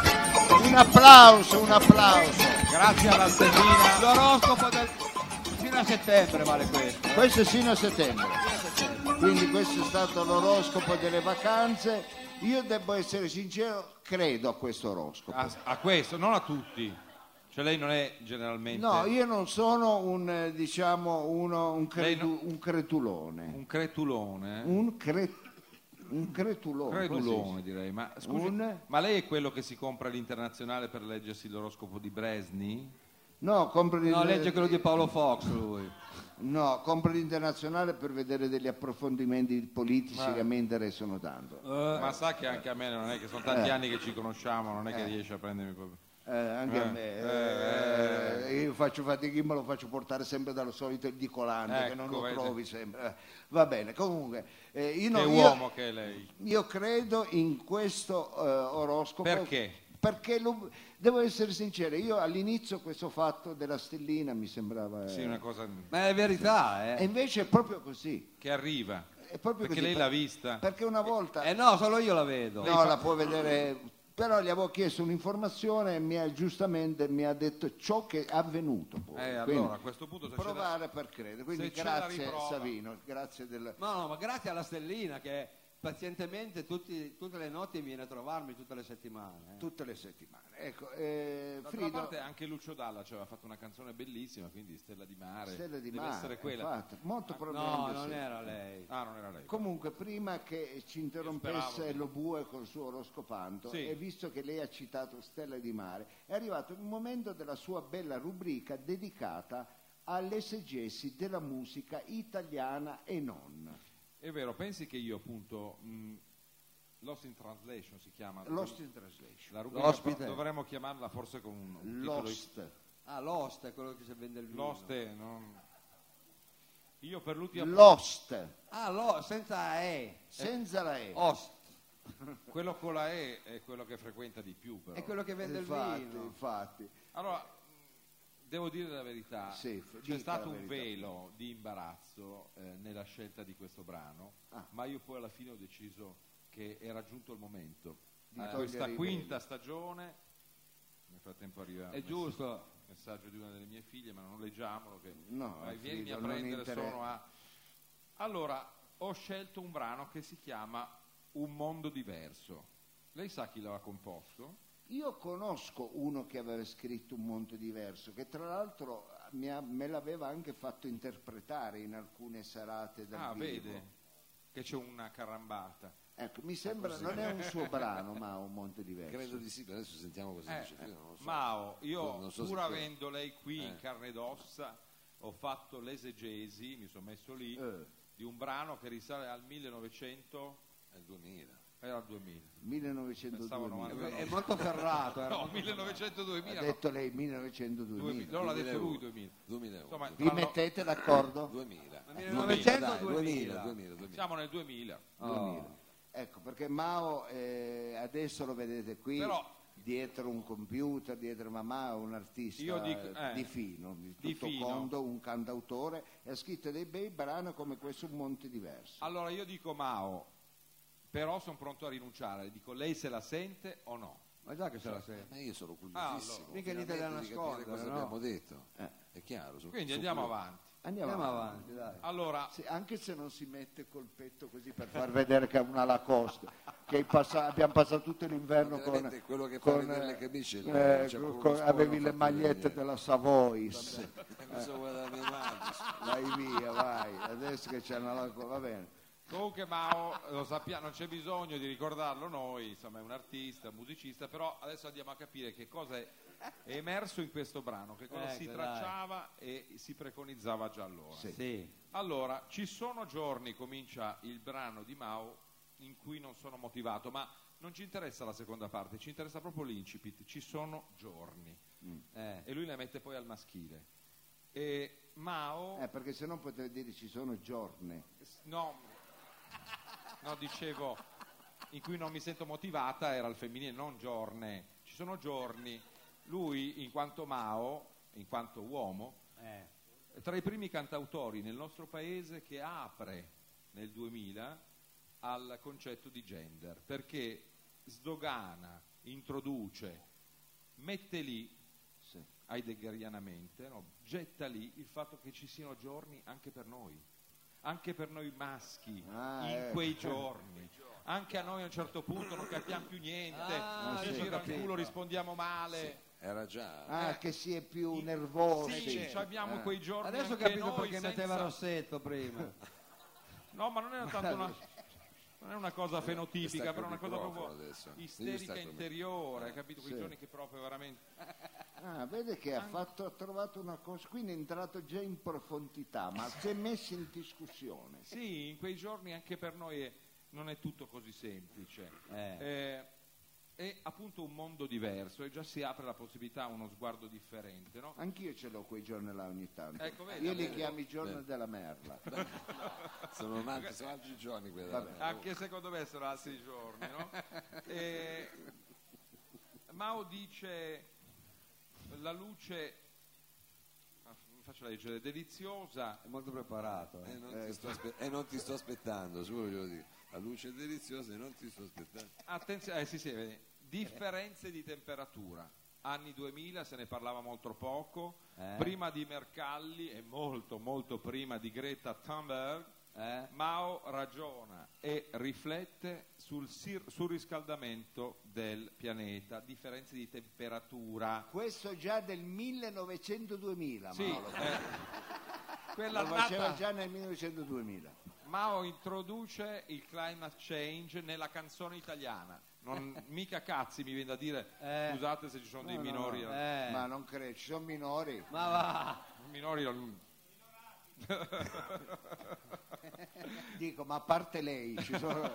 Finito. un applauso, Grazie alla stellina. L'oroscopo del... a settembre vale questo. Questo è sino a settembre. Quindi questo è stato l'oroscopo delle vacanze. Io devo essere sincero, credo a questo oroscopo. A questo, non a tutti. Cioè lei non è generalmente... No, io non sono un Lei un cretulone. un cretulone. Un cretulone. Credulone direi, ma scusi, ma lei è quello che si compra l'internazionale per leggersi l'oroscopo di Bresni? No, legge quello di Paolo Fox lui. No, compro l'internazionale per vedere degli approfondimenti politici che mi interessano tanto. Ma sa che anche a me non è che sono tanti anni che ci conosciamo, non è che riesce a prendermi proprio... Anche a me, io faccio fatica, me lo faccio portare sempre dallo solito edicolante che non lo trovi sempre. Va bene, comunque uomo che è lei. Io credo in questo oroscopo. Perché? Perché devo essere sincero, io all'inizio questo fatto della stellina mi sembrava Sì, una cosa Ma è verità, e invece è proprio così. che arriva. È proprio Perché così, lei l'ha vista. Perché una volta no, solo io la vedo. no, la può vedere. Però gli avevo chiesto un'informazione e giustamente mi ha detto ciò che è avvenuto. Poi. Allora Quindi, a questo punto se provare per credere. Quindi se c'è la grazie riprova. Savino, grazie del... No, ma grazie alla stellina che pazientemente tutte le notti viene a trovarmi tutte le settimane. tutte le settimane. Ecco, D'altra Frido, parte anche Lucio Dalla ci aveva fatto una canzone bellissima, quindi Stella di Mare. Stella di deve Mare, essere quella. infatti, molto No, probabilmente non sì. era lei. Ah, non era lei. Comunque, prima che ci interrompesse speravo. lo bue col suo oroscopanto, Sì. e visto che lei ha citato Stella di Mare, è arrivato il momento della sua bella rubrica dedicata all'esegesi della musica italiana e non. È vero, pensi che io appunto Lost in Translation si chiama. Lost in Translation. La rubrica L'ospite. dovremmo chiamarla forse con un titolo Lost. Lost è quello che si vende il vino. Lost è, non... Io per l'ultima Lost. Senza E. Senza la E. Ost. quello con la E è quello che frequenta di più però. È quello che vende Infatti, il vino. infatti. Allora, devo dire la verità, Sì, c'è dica stato la un verità. velo di imbarazzo nella scelta di questo brano, ma io poi alla fine ho deciso che era giunto il momento di togliere questa i quinta veli. stagione. Nel frattempo arriva È giusto. un messaggio di una delle mie figlie, ma non leggiamolo, che No, vieni Frido, a non prendere, interessa. sono a... Allora, ho scelto un brano che si chiama Un mondo diverso. Lei sa chi l'aveva composto? Io conosco uno che aveva scritto Un mondo diverso, che tra l'altro me l'aveva anche fatto interpretare in alcune serate dal vivo. Vede che c'è una carambata. Ecco, mi sembra, non è un suo brano, ma Un mondo diverso. Credo di sì, adesso sentiamo cosa dice. Io non lo so. Mao, io Non so se pur c'è. avendo lei qui in carne ed ossa, ho fatto l'esegesi, mi sono messo lì, di un brano che risale al 1900, È il 2000. era il 2000. 1900 Pensavo 2000. 90. È molto ferrato. era No, molto 1900-2000. Ha detto lei 1900 2000. No, l'ha detto lui 2000. 2001. Insomma, Vi mettete d'accordo? 2000. 1900 Dai, 2000. 2000. siamo nel 2000. 2000. Ecco, perché Mao adesso lo vedete qui, Però- dietro un computer, dietro Mao, un artista Io dico, di fino, di di tutto fino. conto, un cantautore, e ha scritto dei bei brani come questo Un monte diverso. Allora io dico Mao, però sono pronto a rinunciare. Dico, lei se la sente o no? Ma già che se la sente. Ma io sono curiosissimo. allora, mica niente da finalmente di capire nascondere, cosa no? abbiamo detto. È chiaro. Quindi andiamo avanti. Andiamo Andiamo avanti, dai. Allora, Sì, anche se non si mette col petto così per far vedere che è una Lacoste, che abbiamo passato tutto l'inverno con, Veramente quello che fa con, vedere le camicie, c'è con- pure uno avevi sporco le fatto magliette vedere. della Savois. Questo guarda la mia madre. Vai via, vai, adesso che c'è una Lacoste, va bene. comunque Mao, lo sappiamo, non c'è bisogno di ricordarlo noi, insomma è un artista, un musicista, però adesso andiamo a capire che cosa è emerso in questo brano, che cosa si dai. tracciava e si preconizzava già allora. Sì. Allora, ci sono giorni, comincia il brano di Mao, in cui non sono motivato, ma non ci interessa la seconda parte, ci interessa proprio l'incipit, ci sono giorni. E lui le mette poi al maschile. E Mao... Perché se no potevi dire ci sono giorni. No, dicevo, in cui non mi sento motivata era il femminile, non giorne. Ci sono giorni. Lui, in quanto Mao, in quanto uomo, tra i primi cantautori nel nostro paese che apre nel 2000 al concetto di gender, perché sdogana, introduce, mette lì heideggerianamente, no? Getta lì il fatto che ci siano giorni anche per noi maschi, in quei giorni. Anche a noi a un certo punto non capiamo più niente, ci gira il culo, rispondidiamo male. Sì, era già. Che si è più nervosi. Sì, abbiamo quei giorni. Adesso ho anche capito noi perché metteva Rossetto prima. No, ma non è tanto non è una cosa fenotipica, però è una cosa proprio adesso. isterica interiore, capito? Quei giorni che proprio veramente... Vede che ha trovato una cosa, quindi è entrato già in profondità, ma si è messo in discussione. Sì, in quei giorni anche per noi non è tutto così semplice. È appunto un mondo diverso e già si apre la possibilità a uno sguardo differente, no? Anch'io ce l'ho quei giorni là ogni tanto. Ecco, vedi, io li chiamo i giorni della merla. Sono altri giorni quelli. Anche secondo me sono altri giorni, no? Mao dice la luce, faccio leggere, deliziosa, È molto preparato. non ti sto aspettando, solo glielo dico. La luce è deliziosa e non ti sto aspettando. attenzione, sì, vedi, differenze di temperatura. Anni 2000 se ne parlava molto poco, prima di Mercalli e molto molto prima di Greta Thunberg. Mao ragiona e riflette sul surriscaldamento del pianeta, differenze di temperatura. Questo già del 1900-2000, Sì, lo faceva già nel 1900-2000. Mao introduce il climate change nella canzone italiana. Mica cazzi mi viene da dire, scusate se ci sono dei minori. Ma non credo, ci sono minori. Ma va! Minori Dico, ma a parte lei, ci sono...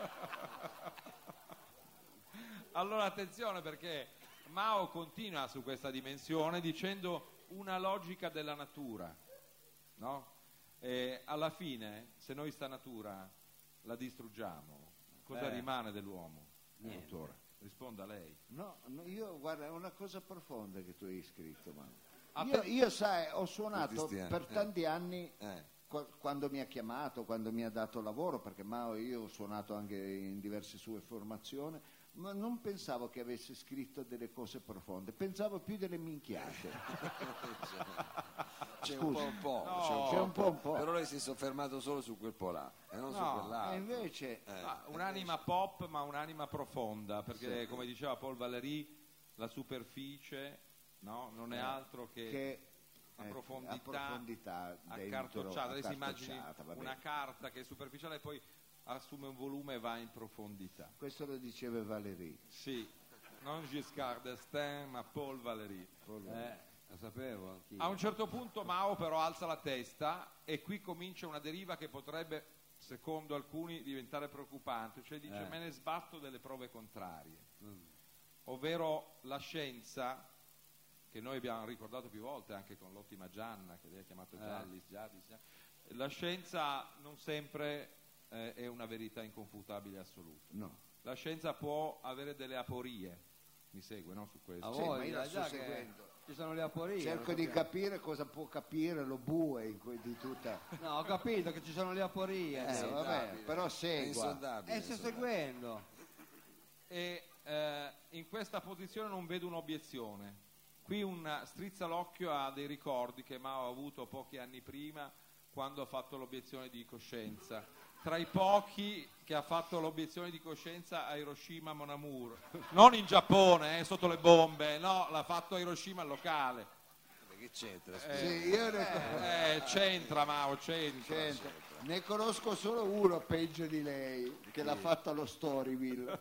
Allora attenzione, perché Mao continua su questa dimensione dicendo una logica della natura, no? E alla fine, se noi sta natura la distruggiamo, cosa rimane dell'uomo? Dottore, risponda lei. No, io guarda, è una cosa profonda che tu hai scritto, io sai, ho suonato per tanti anni quando mi ha chiamato, quando mi ha dato lavoro, perché Mao io ho suonato anche in diverse sue formazioni, ma non pensavo che avesse scritto delle cose profonde, pensavo più delle minchiate. C'è un po', c'è un po'. Però lei si è soffermato solo su quel po' là e non su quell'altro. E invece un'anima pop, ma un'anima profonda, perché come diceva Paul Valéry, la superficie, no, non è altro che a profondità accartocciata. Lei si immagini una carta che è superficiale e poi assume un volume e va in profondità. Questo lo diceva Valéry. Sì, non Giscard d'Estaing, ma Paul Valéry. Lo sapevo anch'io. A un certo punto Mao però alza la testa e qui comincia una deriva che potrebbe, secondo alcuni, diventare preoccupante, cioè dice me ne sbatto delle prove contrarie, ovvero la scienza, che noi abbiamo ricordato più volte anche con l'ottima Gianna, che lei ha chiamato Giadis, la scienza non sempre è una verità inconfutabile assoluta. No. La scienza può avere delle aporie, mi segue, no, su questo? Ma io la sto seguendo. Ci sono le aporie. Cerco di capire cosa può capire lo bue di tutta. No, ho capito che ci sono le aporie. Vabbè, però segua. Sto seguendo. E in questa posizione non vedo un'obiezione. Qui strizza l'occhio a dei ricordi che Mao ha avuto pochi anni prima, quando ha fatto l'obiezione di coscienza. Tra i pochi che ha fatto l'obiezione di coscienza a Hiroshima Mon Amour, non in Giappone, sotto le bombe, no, l'ha fatto a Hiroshima al locale. Che c'entra? C'entra Mao, c'entra. Ne conosco solo uno peggio di lei, che l'ha fatta allo Storyville.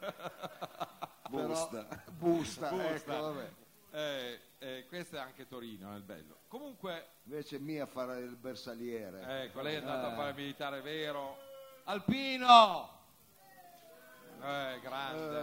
Busta. Ecco, vabbè. Questo è anche Torino, è il bello. Comunque invece mia farà il bersagliere. Ecco, lei è andato a fare il militare vero. Alpino! Grande.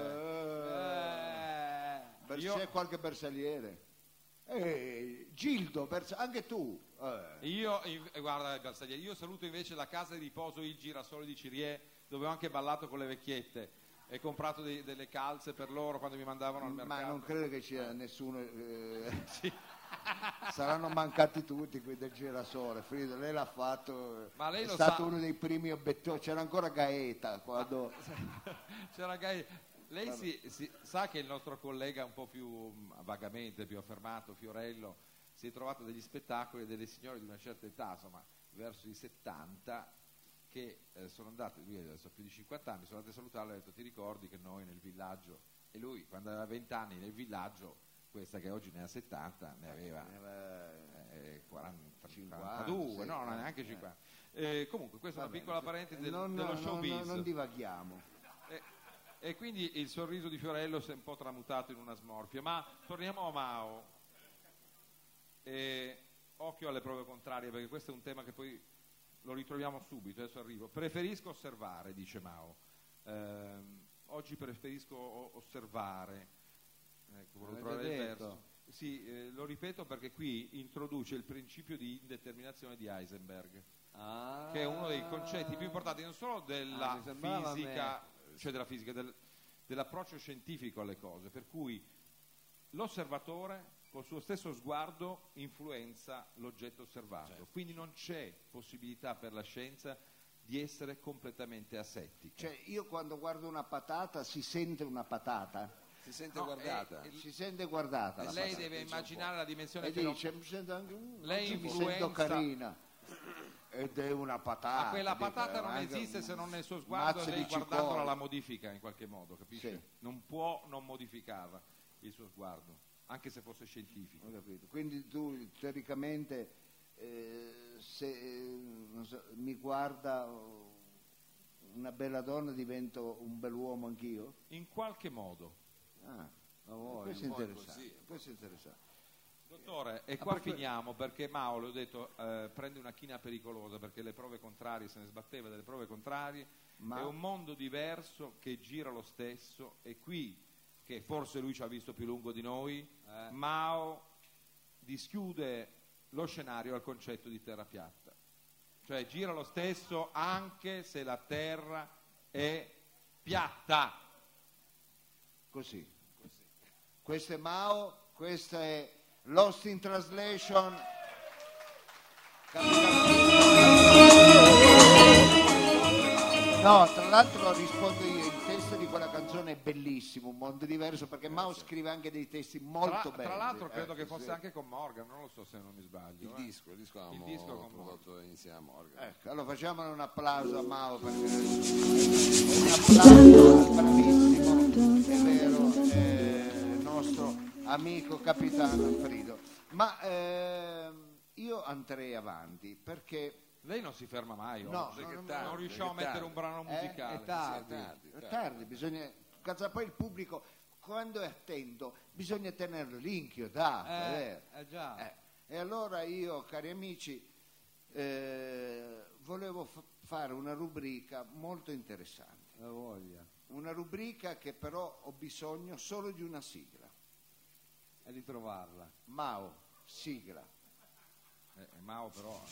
C'è qualche bersagliere? Gildo, anche tu. Guarda il bersagliere, io saluto invece la casa di riposo Il Girasole di Cirie, dove ho anche ballato con le vecchiette e comprato delle calze per loro quando mi mandavano al mercato. Ma non credo che ci sia nessuno. Sì. Saranno mancati tutti qui del Girasole. Frido, lei l'ha fatto. Ma lei è stato uno dei primi obiettivi. C'era ancora Gaeta quando. C'era Gaeta. Lei sa che il nostro collega un po' più vagamente più affermato, Fiorello, si è trovato degli spettacoli delle signore di una certa età, insomma verso i 70, che sono andate, lui adesso ha più di 50 anni, sono andate a salutarlo e ha detto: ti ricordi che noi nel villaggio, e lui quando aveva 20 anni nel villaggio, questa che oggi ne ha 70 ne aveva 40, 52, sì, no, neanche 50. Comunque questa è una piccola parentesi dello showbiz. Non divaghiamo. E quindi il sorriso di Fiorello si è un po' tramutato in una smorfia. Ma torniamo a Mao. Occhio alle prove contrarie, perché questo è un tema che poi lo ritroviamo subito. Adesso arrivo. Preferisco osservare, dice Mao. Oggi preferisco osservare. Ecco, volevo trovare il verso. Sì, lo ripeto perché qui introduce il principio di indeterminazione di Heisenberg, che è uno dei concetti più importanti non solo della fisica, cioè della fisica, dell'approccio scientifico alle cose, per cui l'osservatore col suo stesso sguardo influenza l'oggetto osservato, certo. Quindi non c'è possibilità per la scienza di essere completamente asettica. Cioè io quando guardo una patata si sente una patata? Si sente guardata. Si sente guardata. Lei deve immaginare la dimensione e dice, mi sento anche lei mi sento carina. Ed è una patata. Ma quella patata non esiste se non nel suo sguardo, lei guardandola la modifica in qualche modo, capisce? Sì. Non può non modificarla il suo sguardo, anche se fosse scientifico. Ho capito. Quindi tu teoricamente se non so, mi guarda una bella donna divento un bell'uomo anch'io? In qualche modo. Questo è interessante. Questo è interessante. Dottore, e qua finiamo perché Mao, le ho detto, prende una china pericolosa perché le prove contrarie, se ne sbatteva delle prove contrarie, è un mondo diverso che gira lo stesso, e qui, che forse lui ci ha visto più lungo di noi, Mao dischiude lo scenario al concetto di terra piatta, cioè gira lo stesso anche se la terra è piatta. Così. Questo è Mao, questa è Lost in Translation. No, tra l'altro rispondo io, il testo di quella canzone è bellissimo, Un mondo diverso, perché Mao scrive anche dei testi molto belli. Tra l'altro credo che fosse anche con Morgan, non lo so se non mi sbaglio. Il disco avevamo prodotto insieme a Morgan. Ecco, allora facciamone un applauso a Mao perché è un applauso bravissimo, è vero, il nostro amico Capitano Frido. Ma io andrei avanti perché lei non si ferma mai, no, non riusciamo a mettere un brano musicale. È tardi, bisogna poi il pubblico quando è attento bisogna tenerlo lì inchiodato, e allora io, cari amici, volevo fare una rubrica molto interessante, una rubrica che però ho bisogno solo di una sigla e di trovarla. Mao, sigla. Mao però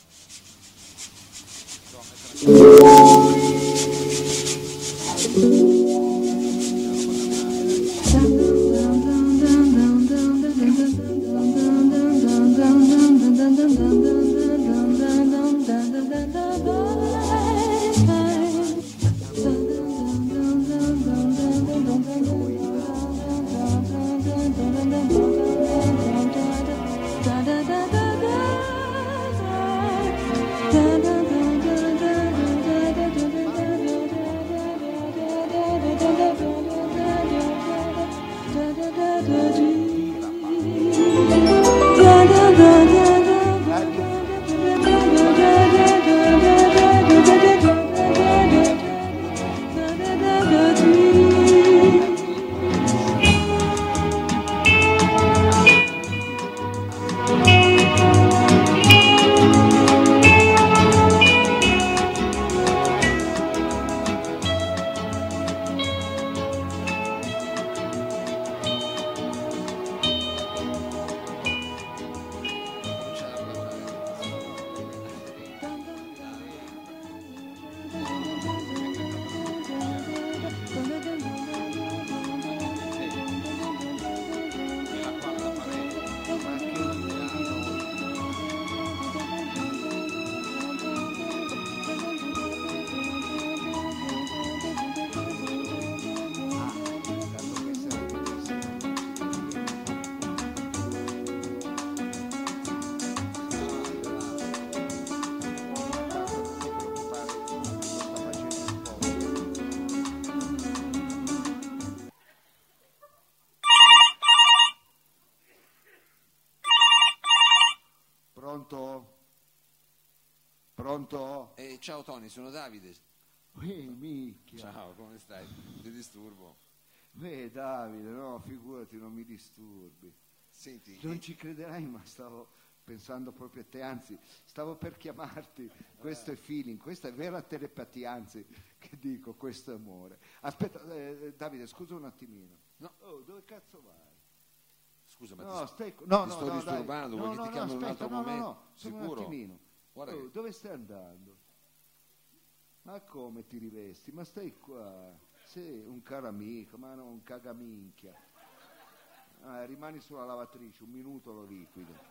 Pronto? Ciao Tony, sono Davide. Micchia. Ciao, come stai? Ti disturbo? Davide, no, figurati, non mi disturbi. Senti, Non ci crederai, ma stavo pensando proprio a te, anzi, stavo per chiamarti. Questo è feeling, questa è vera telepatia, anzi, che dico, questo è amore. Aspetta, Davide, scusa un attimino. No. Oh, dove cazzo vai? scusa, ma No, ti stai... sto dai. disturbando, vuoi che ti chiami un aspetta, altro momento? solo un Sicuro? attimino. Guarda Oh, che- dove stai andando? Ma come ti rivesti? Ma stai qua. Sei un caro amico, ma non un cagaminchia. Rimani sulla lavatrice, un minuto lo liquido.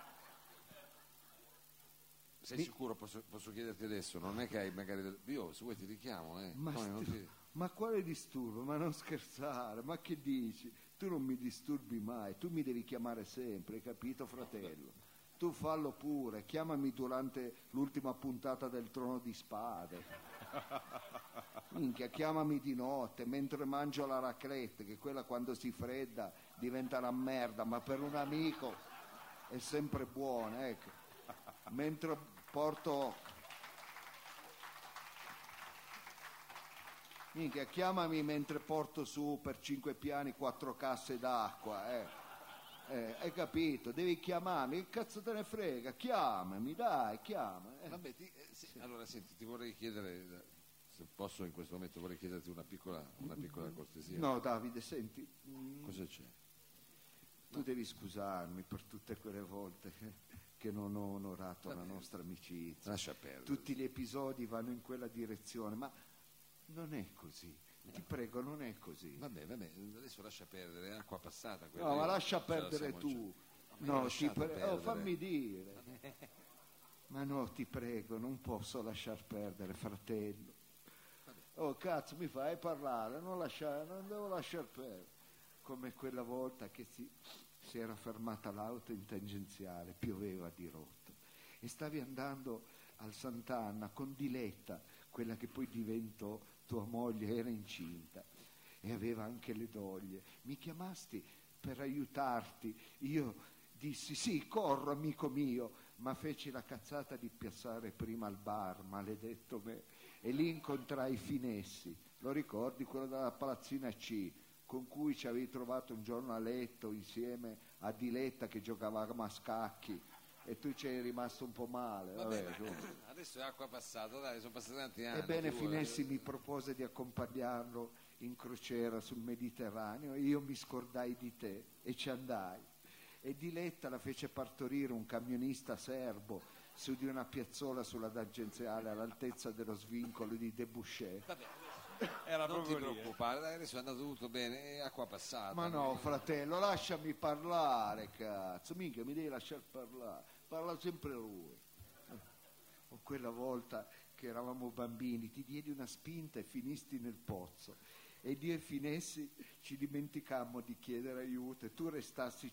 Sei sicuro? Posso chiederti adesso? Non è che hai magari... Io, se vuoi ti richiamo, Ma, Tony, non ti- ma quale disturbo? Ma non scherzare, ma che dici? Tu non mi disturbi mai, tu mi devi chiamare sempre, hai capito, fratello? Tu fallo pure, chiamami durante l'ultima puntata del Trono di Spade. Minchia, chiamami di notte mentre mangio la raclette, che quella quando si fredda diventa una merda, ma per un amico è sempre buona, ecco. Mentre porto... Minchia, chiamami mentre porto su per 5 piani 4 casse d'acqua, hai capito? Devi chiamarmi, che cazzo te ne frega? Chiamami, dai, chiama. Vabbè, allora senti, ti vorrei chiedere, se posso in questo momento vorrei chiederti una piccola cortesia. No, Davide, senti, Cosa c'è? tu devi scusarmi per tutte quelle volte che non ho onorato la nostra amicizia. Lascia perdere. Tutti gli episodi vanno in quella direzione, ma non è così. Ti prego, non è così. Vabbè, adesso lascia perdere, è acqua passata quella. No, ma Io lascia ce la perdere siamo tu. già- Ma io ho No, lasciato perdere. fammi dire. Ma no, ti prego, non posso lasciar perdere, fratello. Oh, cazzo, mi fai parlare, non devo lasciar perdere. Come quella volta che si era fermata l'auto in tangenziale, pioveva di rotto. E stavi andando al Sant'Anna con Diletta, quella che poi diventò tua moglie, era incinta e aveva anche le doglie. Mi chiamasti per aiutarti. Io dissi sì, corro amico mio, ma feci la cazzata di piazzare prima al bar, maledetto me, e lì incontrai Finessi. Lo ricordi, quello della palazzina C, con cui ci avevi trovato un giorno a letto insieme a Diletta che giocavamo a scacchi e tu ci eri rimasto un po' male. Vabbè, Adesso è acqua passata, dai, sono passati tanti anni. Ebbene, tu, Finessi mi propose di accompagnarlo in crociera sul Mediterraneo e io mi scordai di te e ci andai. E Diletta la fece partorire un camionista serbo su di una piazzola sulla tangenziale all'altezza dello svincolo di Debouchet. Era Non ti proprio lì, preoccupare, dai, adesso è andato tutto bene, è acqua passata. Ma no, fratello, lasciami parlare, cazzo, minchia, mi devi lasciar parlare, parla sempre lui. O quella volta che eravamo bambini, ti diedi una spinta e finisti nel pozzo. Ed io e Finessi ci dimenticammo di chiedere aiuto e tu restassi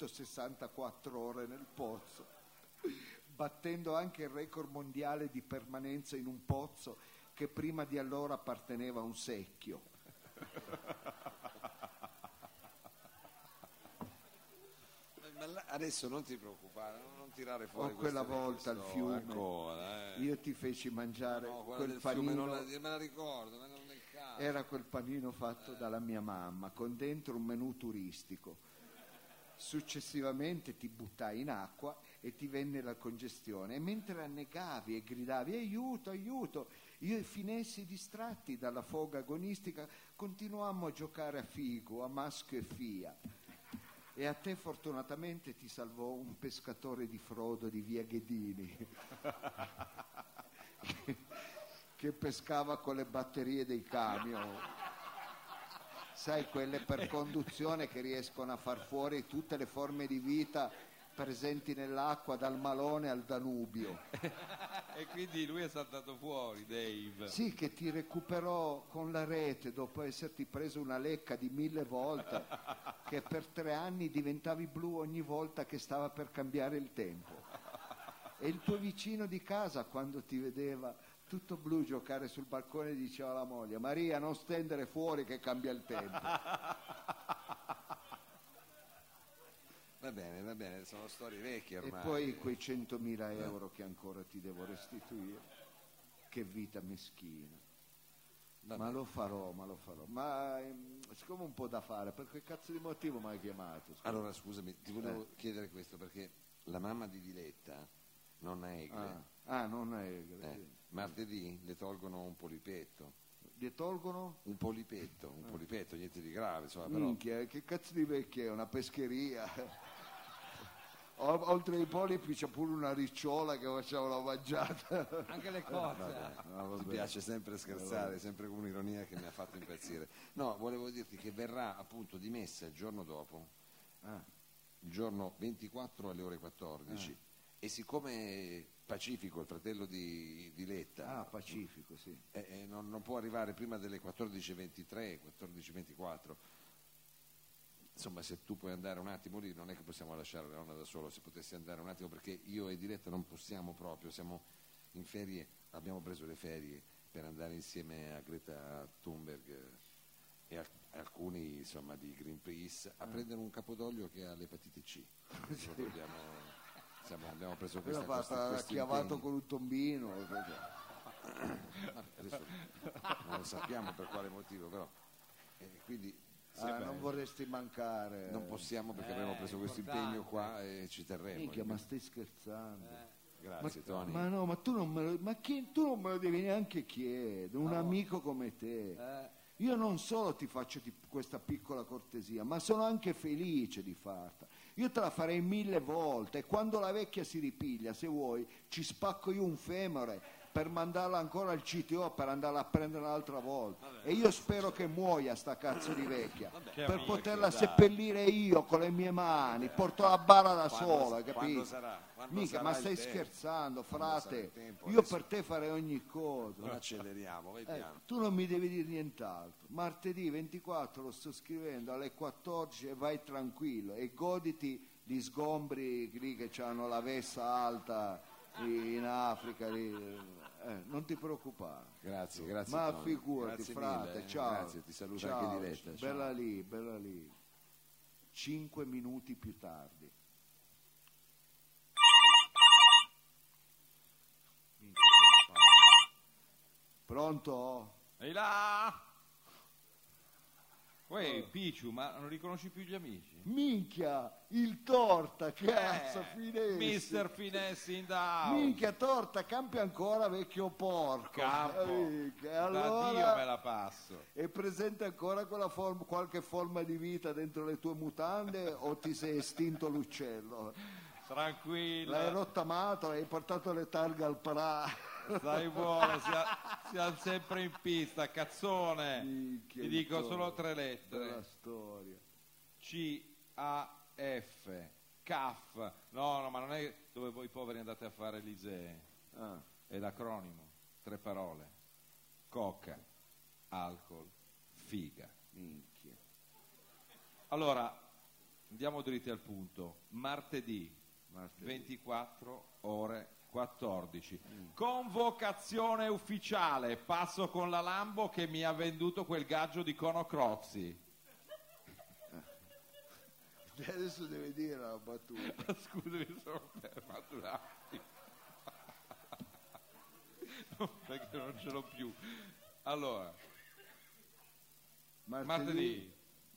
164 ore nel pozzo, battendo anche il record mondiale di permanenza in un pozzo che prima di allora apparteneva a un secchio. Adesso non ti preoccupare, non tirare fuori O quella queste volta al storie, fiume, ancora, io ti feci mangiare No, quella quel del fiume panino. me la ricordo, ma non nel caso. Era quel panino fatto dalla mia mamma con dentro un menù turistico. Successivamente ti buttai in acqua e ti venne la congestione e mentre annegavi e gridavi aiuto, aiuto, io e Finessi distratti dalla foga agonistica continuammo a giocare a figo, a maschio e fia. E a te fortunatamente ti salvò un pescatore di frodo di via Ghedini che pescava con le batterie dei camion. Sai, quelle per conduzione che riescono a far fuori tutte le forme di vita presenti nell'acqua, dal Malone al Danubio. E quindi lui è saltato fuori, Dave. Sì, che ti recuperò con la rete dopo esserti preso una lecca di 1000 volte, che per 3 anni diventavi blu ogni volta che stava per cambiare il tempo. E il tuo vicino di casa, quando ti vedeva tutto blu giocare sul balcone, diceva alla moglie: Maria, non stendere fuori che cambia il tempo. Va bene, sono storie vecchie ormai. E poi quei 100.000 euro che ancora ti devo restituire, che vita meschina. Ma lo farò. Ma siccome un po' da fare, per che cazzo di motivo mi hai chiamato? Scusa. Allora scusami, ti volevo chiedere questo perché la mamma di Diletta non ha egle. Non è egle. Sì. Martedì le tolgono un polipetto. Li tolgono? Un polipetto, niente di grave, insomma, però. Minchia, che cazzo di vecchia è? Una pescheria. Oltre ai polipi c'è pure una ricciola che facevano mangiata. Anche le cozze. Ti piace sempre scherzare, sempre con un'ironia che mi ha fatto impazzire. No, volevo dirti che verrà appunto dimessa il giorno dopo, il giorno 24 alle ore 14, e siccome Pacifico, il fratello di Letta, Pacifico, sì. non può arrivare prima delle 14.23, 14.24, insomma, se tu puoi andare un attimo lì, non è che possiamo lasciare la nonna da solo, se potessi andare un attimo, perché io e Diletta non possiamo proprio, siamo in ferie, abbiamo preso le ferie per andare insieme a Greta Thunberg e alcuni insomma di Greenpeace a prendere un capodoglio che ha l'epatite C. Abbiamo preso questo chiavato impegno. con un tombino. Adesso non lo sappiamo per quale motivo, però quindi non vorresti mancare. non possiamo perché abbiamo preso questo impegno qua e ci terremo. Minchia, ma stai scherzando? Grazie Tony. Ma no, ma tu non me lo, tu non me lo devi neanche chiedere, un amico come te. Io non solo ti faccio questa piccola cortesia, ma sono anche felice di farla. Io te la farei 1000 volte, e quando la vecchia si ripiglia, se vuoi, ci spacco io un femore per mandarla ancora al CTO per andarla a prendere un'altra volta. E io spero che muoia sta cazzo di vecchia per poterla seppellire io con le mie mani, porto la bara da sola, capito? Mica, ma stai scherzando, frate? Io per te farei ogni cosa. Non acceleriamo, vai piano. Tu non mi devi dire nient'altro. Martedì 24 lo sto scrivendo alle 14 e vai tranquillo e goditi gli sgombri lì che hanno la vessa alta in Africa lì. Non ti preoccupare. Grazie. Ma Tony. figurati, Grazie frate, mille, ciao. Grazie, ti saluta ciao, anche Diletta. Bella lì. 5 minuti più tardi. Minchia, che palle. Pronto? Ehi là! Uè, Picciu, ma non riconosci più gli amici? Minchia, il Torta, cazzo, Finessi. Mister Finessi in down. Minchia, Torta, campi ancora, vecchio porco. Campo. Minchia, Da allora Dio me la passo. è presente ancora qualche forma di vita dentro le tue mutande o ti sei estinto l'uccello? Tranquillo. L'hai rottamato, hai portato le targhe al pra. Stai buono, siamo sempre in pista, cazzone. Minchia, Ti dico Torta, solo 3 bella lettere. storia. C-A-F, CAF. No, ma non è dove voi poveri andate a fare l'ISEE. È l'acronimo, 3 parole. Coca, alcol, figa. Minchia. Allora, andiamo dritti al punto. Martedì. 24 ore 14. Convocazione ufficiale. Passo con la Lambo che mi ha venduto quel gaggio di Cono Crozzi. Adesso devi dire la battuta. Scusami, sono fermato un attimo. Perché non ce l'ho più. Allora, martedì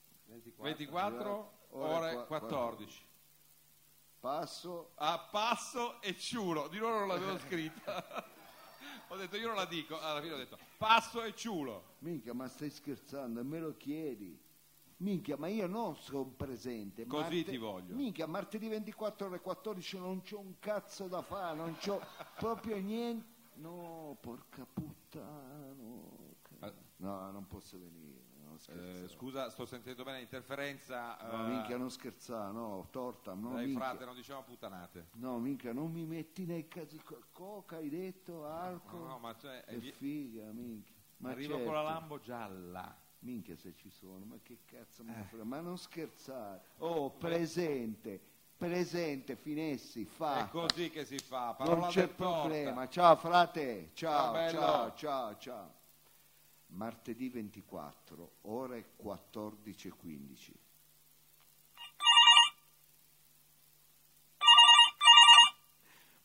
24 ore 14. Passo. Passo e ciulo. Di loro non l'avevo scritta. Ho detto io non la dico. Alla fine ho detto passo e ciulo. Minchia, ma stai scherzando? E me lo chiedi? Minchia, ma io non sono presente. Così ti voglio. Minchia, martedì 24 ore 14 non c'ho un cazzo da fare, non c'ho proprio niente. No, porca puttana. No, non posso venire. Scusa, sto sentendo bene l'interferenza. No, minchia, non scherzare, no, Torta. No, dai, minchia. frate, non diciamo puttanate. No, minchia, non mi metti nei casi. Coca, hai detto, alcol. No, ma cioè, è figa, minchia. Ma arrivo certo. con la Lambo gialla. Minchia se ci sono, ma che cazzo mi frega? Ma non scherzare. Oh, presente, Finessi, fa. È così che si fa, parola non c'è del Torta. problema. Ciao frate, Ciao, ciao. Martedì 24, ore 14:15.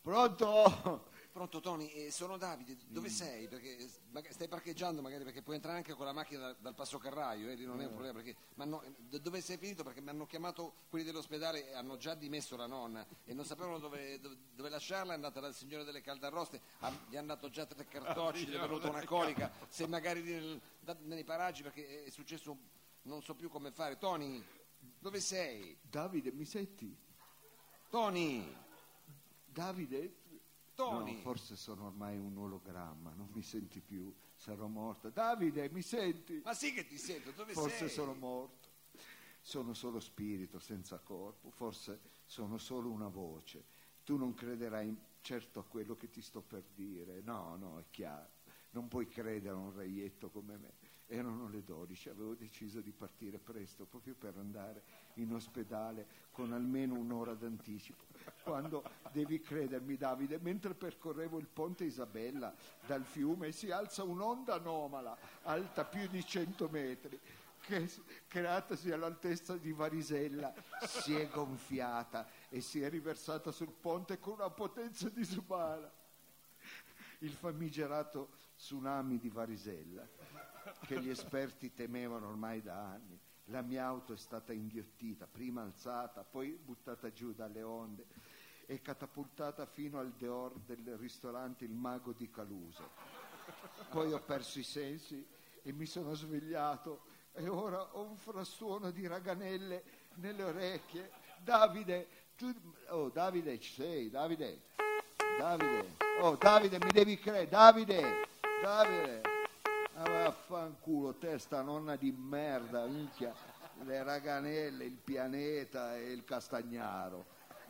Pronto? Pronto Tony, sono Davide, dove sei? Perché stai parcheggiando magari perché puoi entrare anche con la macchina dal Passo Carraio, lì non è un problema, perché dove sei finito? Perché mi hanno chiamato quelli dell'ospedale e hanno già dimesso la nonna e non sapevano dove lasciarla, è andata dal signore delle caldarroste, gli hanno dato già 3 cartocci, gli è venuta una colica, se magari nei paraggi perché è successo, non so più come fare. Tony, dove sei? Davide, mi senti? Tony! Davide? Tony! No, forse sono ormai un ologramma, non mi senti più, sarò morto. Davide, mi senti? Ma sì che ti sento, dove sei? Forse sono morto, sono solo spirito senza corpo, forse sono solo una voce. Tu non crederai certo a quello che ti sto per dire, no, è chiaro, non puoi credere a un reietto come me. Erano le 12, avevo deciso di partire presto proprio per andare in ospedale con almeno un'ora d'anticipo. Quando, devi credermi Davide, mentre percorrevo il ponte Isabella dal fiume si alza un'onda anomala, alta più di 100 metri, che creatasi all'altezza di Varisella, si è gonfiata e si è riversata sul ponte con una potenza disumana. Il famigerato tsunami di Varisella, che gli esperti temevano ormai da anni. La mia auto è stata inghiottita, prima alzata, poi buttata giù dalle onde e catapultata fino al dehors del ristorante Il Mago di Caluso. Poi ho perso i sensi e mi sono svegliato e ora ho un frastuono di raganelle nelle orecchie. Davide, oh Davide, ci sei? Davide, oh Davide, mi devi credere, Davide. Ah, vaffanculo, testa nonna di merda, minchia, le raganelle, il pianeta e il castagnaro.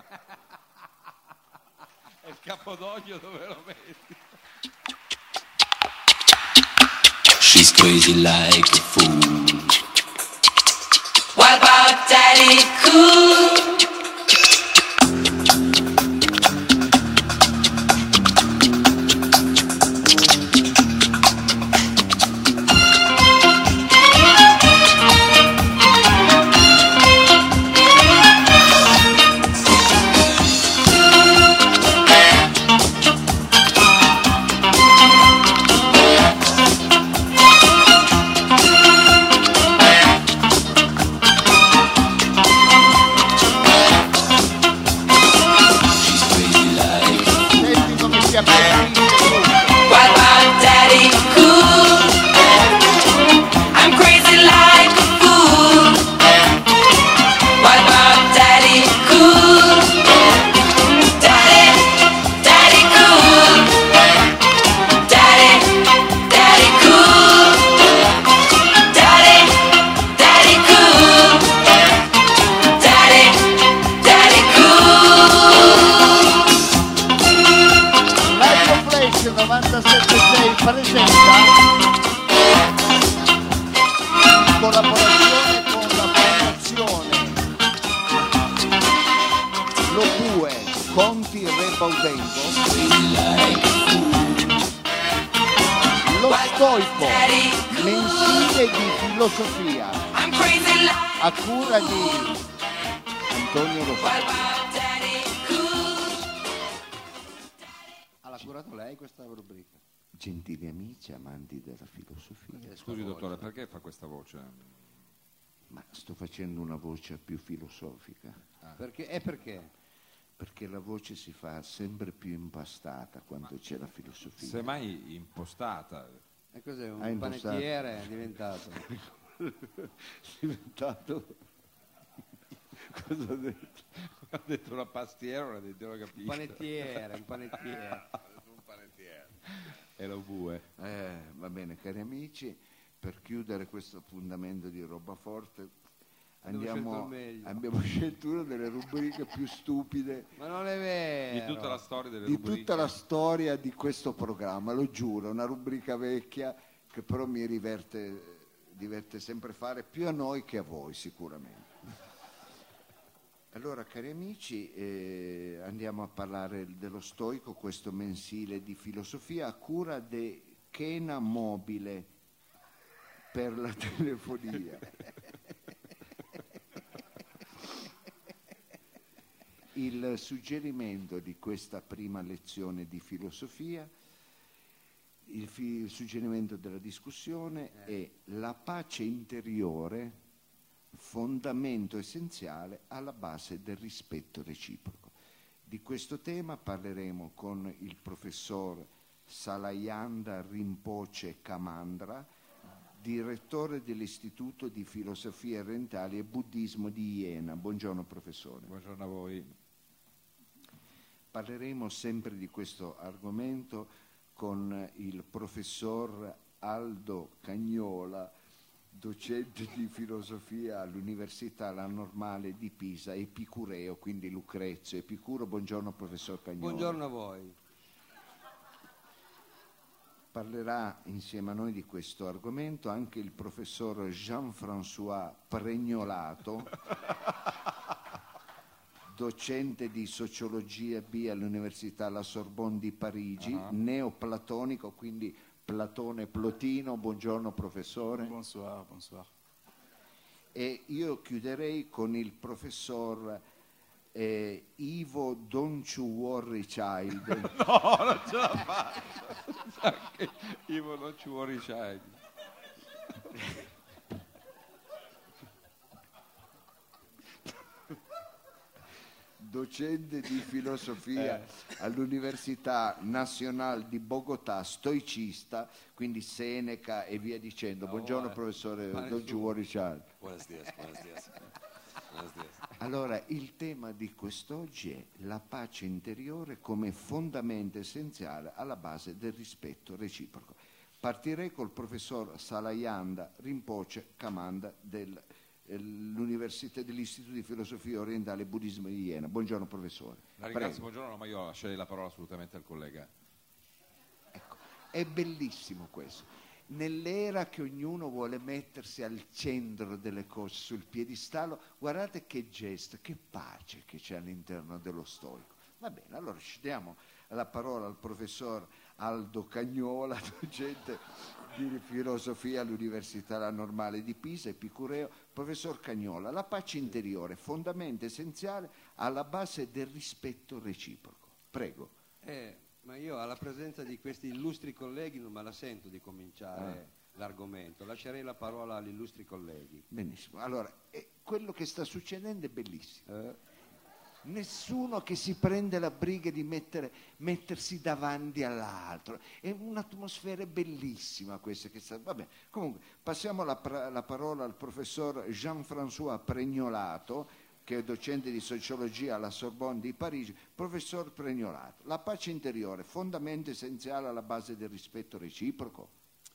E il capodoglio dove lo metti? She's crazy like a fool. What about Daddy Cool? Lo stoico, mensile di filosofia, a cura di Antonio Rossi. Ha curato lei questa rubrica? Gentili amici, amanti della filosofia. Scusi dottore, perché fa questa voce? Ma sto facendo una voce più filosofica. Perché? Perché la voce si fa sempre più impastata quando c'è la filosofia. Semmai impostata. E cos'è? Un panettiere è diventato? Cosa ho detto? Ho detto una pastiera, non ho capito. Un panettiere. Un panettiere. E lo bue. Va bene, cari amici, per chiudere questo appuntamento di Roba Forte abbiamo scelto una delle rubriche più stupide. Ma non è vero. Di tutta la storia delle di rubriche. Tutta la storia di questo programma, lo giuro, una rubrica vecchia che però mi diverte sempre fare, più a noi che a voi sicuramente. Allora, cari amici, andiamo a parlare dello Stoico, questo mensile di filosofia a cura di Chena Mobile per la telefonia. il suggerimento di questa prima lezione di filosofia, il suggerimento della discussione è la pace interiore, fondamento essenziale alla base del rispetto reciproco. Di questo tema parleremo con il professor Salayanda Rinpoche Kamandra, direttore dell'Istituto di Filosofia Orientale e Buddismo di Iena. Buongiorno professore. Buongiorno a voi. Parleremo sempre di questo argomento con il professor Aldo Cagnola, docente di filosofia all'Università La Normale di Pisa, epicureo, quindi Lucrezio, Epicuro. Buongiorno professor Cagnola. Buongiorno a voi. Parlerà insieme a noi di questo argomento anche il professor Jean-François Pregnolato, docente di sociologia B all'Università La Sorbonne di Parigi, neoplatonico, quindi Platone Plotino. Buongiorno professore. Bonsoir, bonsoir. E io chiuderei con il professor Ivo Donciuorri Child. No, non ce la faccio. Ivo Donciuorri Child. Docente di filosofia all'Università Nazionale di Bogotà, stoicista, quindi Seneca e via dicendo. Buongiorno professore Donciuorri Child. Buenos días, buenos días. Buenos días. Allora, il tema di quest'oggi è la pace interiore come fondamento essenziale alla base del rispetto reciproco. Partirei col professor Salayanda Rinpoche Kamandra dell'Università dell'Istituto di Filosofia Orientale e Buddismo di Iena. Buongiorno professore. La ringrazio, buongiorno, ma io lascerei la parola assolutamente al collega. Ecco, è bellissimo questo. Nell'era che ognuno vuole mettersi al centro delle cose, sul piedistallo, guardate che gesto, che pace che c'è all'interno dello stoico. Va bene, allora ci diamo la parola al professor Aldo Cagnola, docente di filosofia all'Università La Normale di Pisa, epicureo. Professor Cagnola, la pace interiore, fondamento essenziale alla base del rispetto reciproco. Prego. Ma io alla presenza di questi illustri colleghi non me la sento di cominciare l'argomento. Lascerei la parola agli illustri colleghi. Benissimo. Allora, quello che sta succedendo è bellissimo. Nessuno che si prende la briga di mettersi davanti all'altro. È un'atmosfera bellissima questa che sta. Vabbè, comunque, passiamo la parola al professor Jean-François Pregnolato, che è docente di sociologia alla Sorbonne di Parigi. Professor Pregnolato, la pace interiore, fondamento essenziale alla base del rispetto reciproco?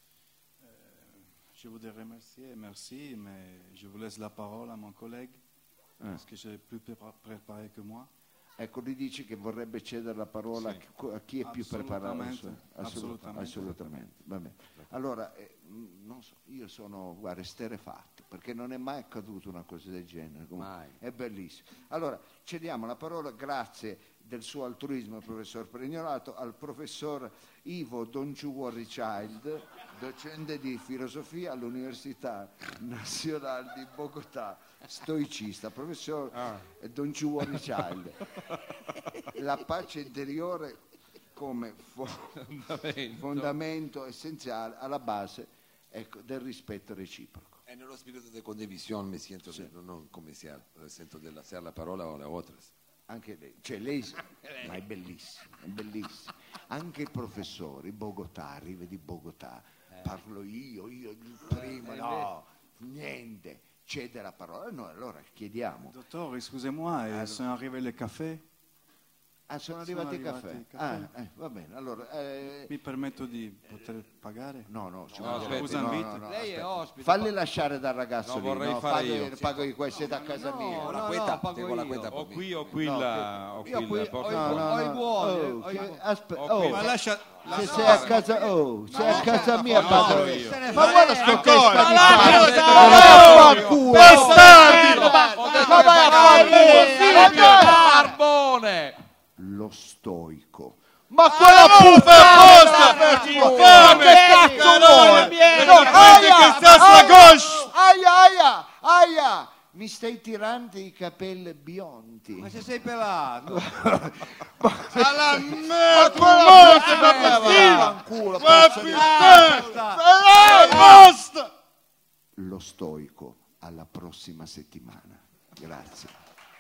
Je voudrais remercier, merci, mais je vous laisse la parole à mon collègue, parce que j'ai plus préparé que moi. Ecco, lui dice che vorrebbe cedere la parola a chi è più preparato. Assolutamente. Va bene. Allora, non so, io sono, guarda, esterrefatto, perché non è mai accaduto una cosa del genere. Mai. È bellissimo. Allora, cediamo la parola, grazie del suo altruismo, professor Pregnolato, al professor Ivo Donciuorri Child, docente di filosofia all'Università Nazionale di Bogotà, stoicista. Professor Donciuorri Child, la pace interiore come fondamento essenziale alla base, ecco, del rispetto reciproco. E nello spirito di condivisione mi sento, non come si sento della hacer la parola o le otras. Anche lei, cioè lei, ma è bellissimo, è bellissimo. Anche i professori, Bogotà, arriva di Bogotà, parlo io il primo, no, niente, cede la parola. Noi allora chiediamo. Dottore, excusez-moi, sono arrivati le caffè? Sono arrivati i caffè. Va bene, allora. Mi permetto di poter pagare? No, Lei è ospite. Falli lasciare dal ragazzo lì. Vorrei fare io. Pago io, siete a casa mia. Pago io. O qui o qui la... Ho i buoni. Aspetta, ma lascia... Se sei a casa, sei a casa mia, pago io. Ma guarda sto ancora, ma vai a fare Carbone! Lo stoico. Ma quella puffa è apposta! Che cazzo vuole? Aia! mi stai tirando i capelli biondi. Ma se sei pelato. Alla merda, basta! Lo stoico, alla prossima settimana. Grazie.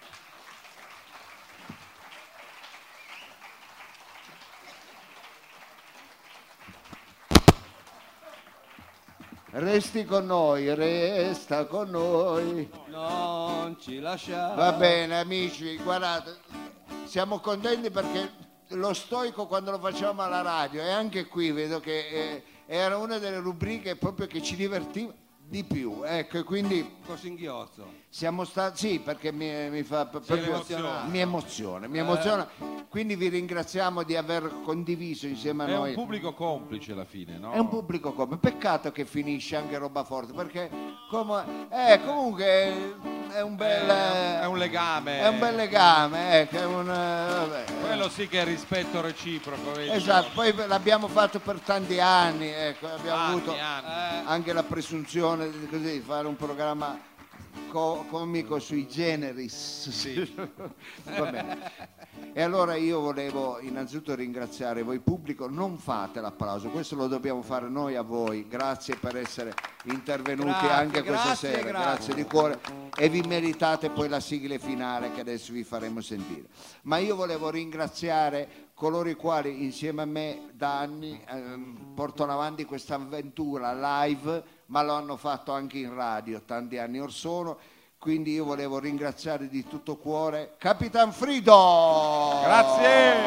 Resti con noi, resta con noi. Non ci lasciare. Va bene amici, guardate, siamo contenti perché lo stoico quando lo facevamo alla radio e anche qui vedo che era una delle rubriche proprio che ci divertiva di più, ecco, e quindi con singhiozzo. Siamo stati, sì, perché mi fa proprio mi emoziona. Quindi vi ringraziamo di aver condiviso insieme a noi. È un pubblico complice alla fine, no? È un pubblico complice. Peccato che finisce anche roba forte, perché comunque è un bel è un legame. È un bel legame, ecco, vabbè. Quello sì che è rispetto reciproco, vedi? Esatto, poi l'abbiamo fatto per tanti anni, ecco, abbiamo avuto anche la presunzione di fare un programma comico sui generis. Sì. Va bene. E allora io volevo innanzitutto ringraziare voi pubblico, non fate l'applauso, questo lo dobbiamo fare noi a voi, grazie per essere intervenuti anche questa sera, grazie di cuore, e vi meritate poi la sigla finale che adesso vi faremo sentire. Ma io volevo ringraziare coloro i quali insieme a me da anni portano avanti questa avventura live, ma lo hanno fatto anche in radio tanti anni or sono. Quindi io volevo ringraziare di tutto cuore Capitan Frido. Grazie.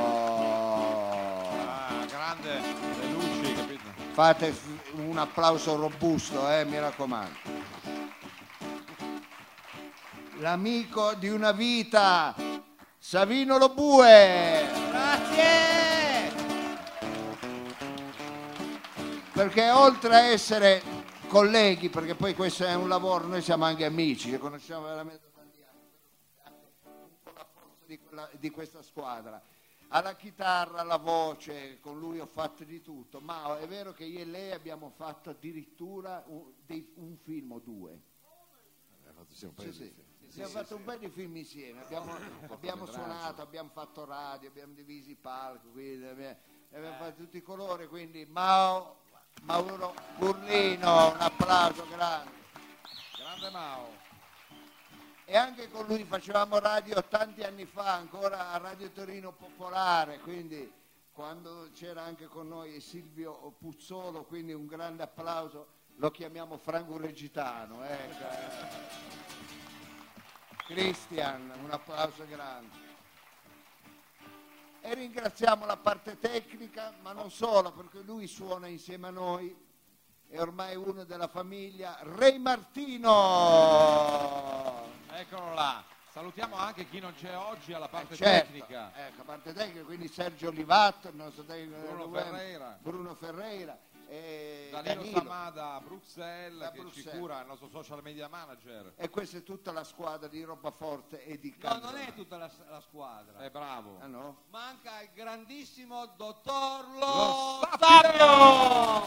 Grande le luci, capito? Fate un applauso robusto, mi raccomando. L'amico di una vita, Savino Lobue. Grazie. Perché oltre a essere colleghi, perché poi questo è un lavoro, noi siamo anche amici, che conosciamo veramente tanti anni, un po' la forza di questa squadra. Alla chitarra, alla voce, con lui ho fatto di tutto, ma è vero che io e lei abbiamo fatto addirittura un film o due. Abbiamo fatto un paio di film insieme, abbiamo suonato, abbiamo fatto radio, abbiamo diviso i palchi, quindi abbiamo fatto tutti i colori, quindi Mauro Burlino, un applauso grande. Grande Mao. E anche con lui facevamo radio tanti anni fa, ancora a Radio Torino Popolare, quindi quando c'era anche con noi Silvio Puzzolo, quindi un grande applauso, lo chiamiamo Franco Regitano. Cristian, un applauso grande. E ringraziamo la parte tecnica, ma non solo, perché lui suona insieme a noi, è ormai uno della famiglia, Re Martino! Eccolo là. Salutiamo anche chi non c'è oggi alla parte certo, tecnica. Ecco, parte tecnica, quindi Sergio Olivato, il nostro Bruno Ferreira. E Danilo Samada a Bruxelles, ci cura il nostro social media manager. E questa è tutta la squadra di Roba Forte e di Canzone. No, non è tutta la squadra. È bravo. Ah, no? Manca il grandissimo dottor Lo Sapio!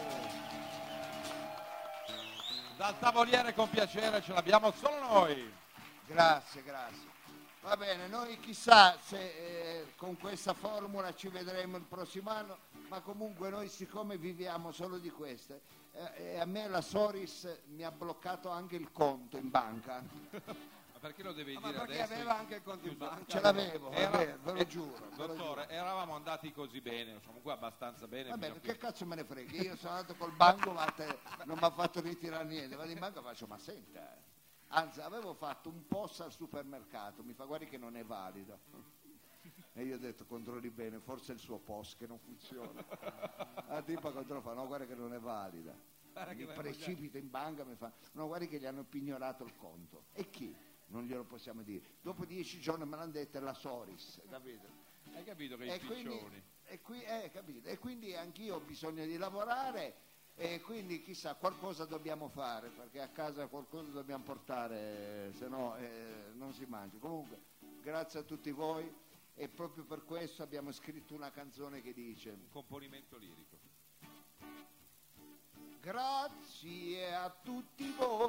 Dal tavoliere con piacere, ce l'abbiamo solo noi. Grazie. Va bene, noi chissà se con questa formula ci vedremo il prossimo anno, ma comunque noi siccome viviamo solo di queste, a me la Soris mi ha bloccato anche il conto in banca. Ma perché lo devi dire perché adesso? aveva anche il conto in banca. Ce l'avevo, ve lo giuro. Dottore, eravamo andati così bene, comunque abbastanza bene. Va bene, che cazzo me ne frega? Io sono andato col banco, ma non mi ha fatto ritirare niente. Vado in banca e faccio, ma senta... Anzi, avevo fatto un post al supermercato, mi fa guardi che non è valido. E io ho detto controlli bene, forse è il suo post che non funziona. La tipa controlla, fa no guarda che non è valida. Mi precipita in banca, mi fa no guardi che gli hanno pignorato il conto. E chi? Non glielo possiamo dire. Dopo 10 giorni me l'hanno detto, è la Soris, capito? Hai capito che i piccioni? Capito? E quindi anch'io ho bisogno di lavorare. E quindi chissà, qualcosa dobbiamo fare, perché a casa qualcosa dobbiamo portare, se no non si mangia. Comunque, grazie a tutti voi e proprio per questo abbiamo scritto una canzone che dice... Un componimento lirico. Grazie a tutti voi,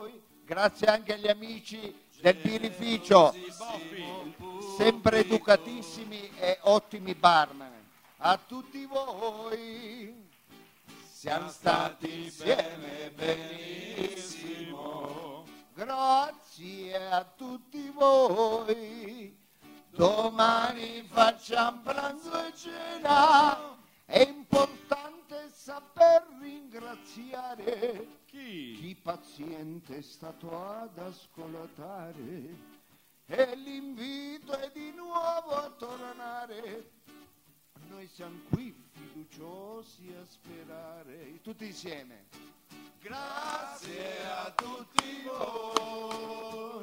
Grazie anche agli amici del birrificio, sempre educatissimi e ottimi barman. A tutti voi siamo stati insieme benissimo. Grazie a tutti voi. Domani facciamo pranzo e cena. È importante saper ringraziare chi paziente è stato ad ascoltare. E l'invito è di nuovo a tornare. Noi siamo qui fiduciosi a sperare. Tutti insieme. Grazie a tutti voi,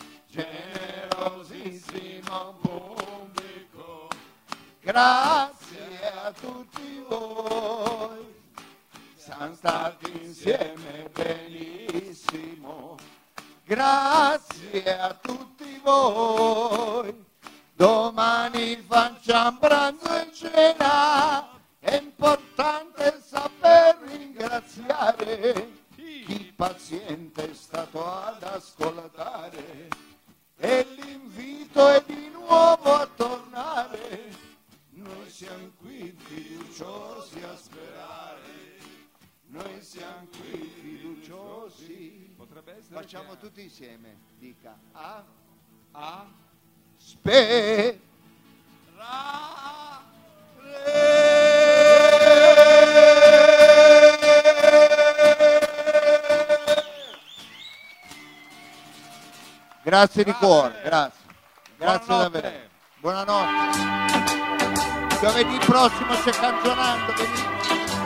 generosissimo pubblico. Grazie a tutti voi, siamo stati insieme benissimo. Grazie a tutti voi. Domani facciamo pranzo e cena, è importante saper ringraziare chi paziente è stato ad ascoltare. E l'invito è di nuovo a tornare. Noi siamo qui fiduciosi a sperare. Noi siamo qui fiduciosi. Potrebbe essere Facciamo tutti insieme. Dica a Grazie di cuore, grazie. Grazie davvero. Buonanotte. Giovedì prossimo c'è Canzonando, venite.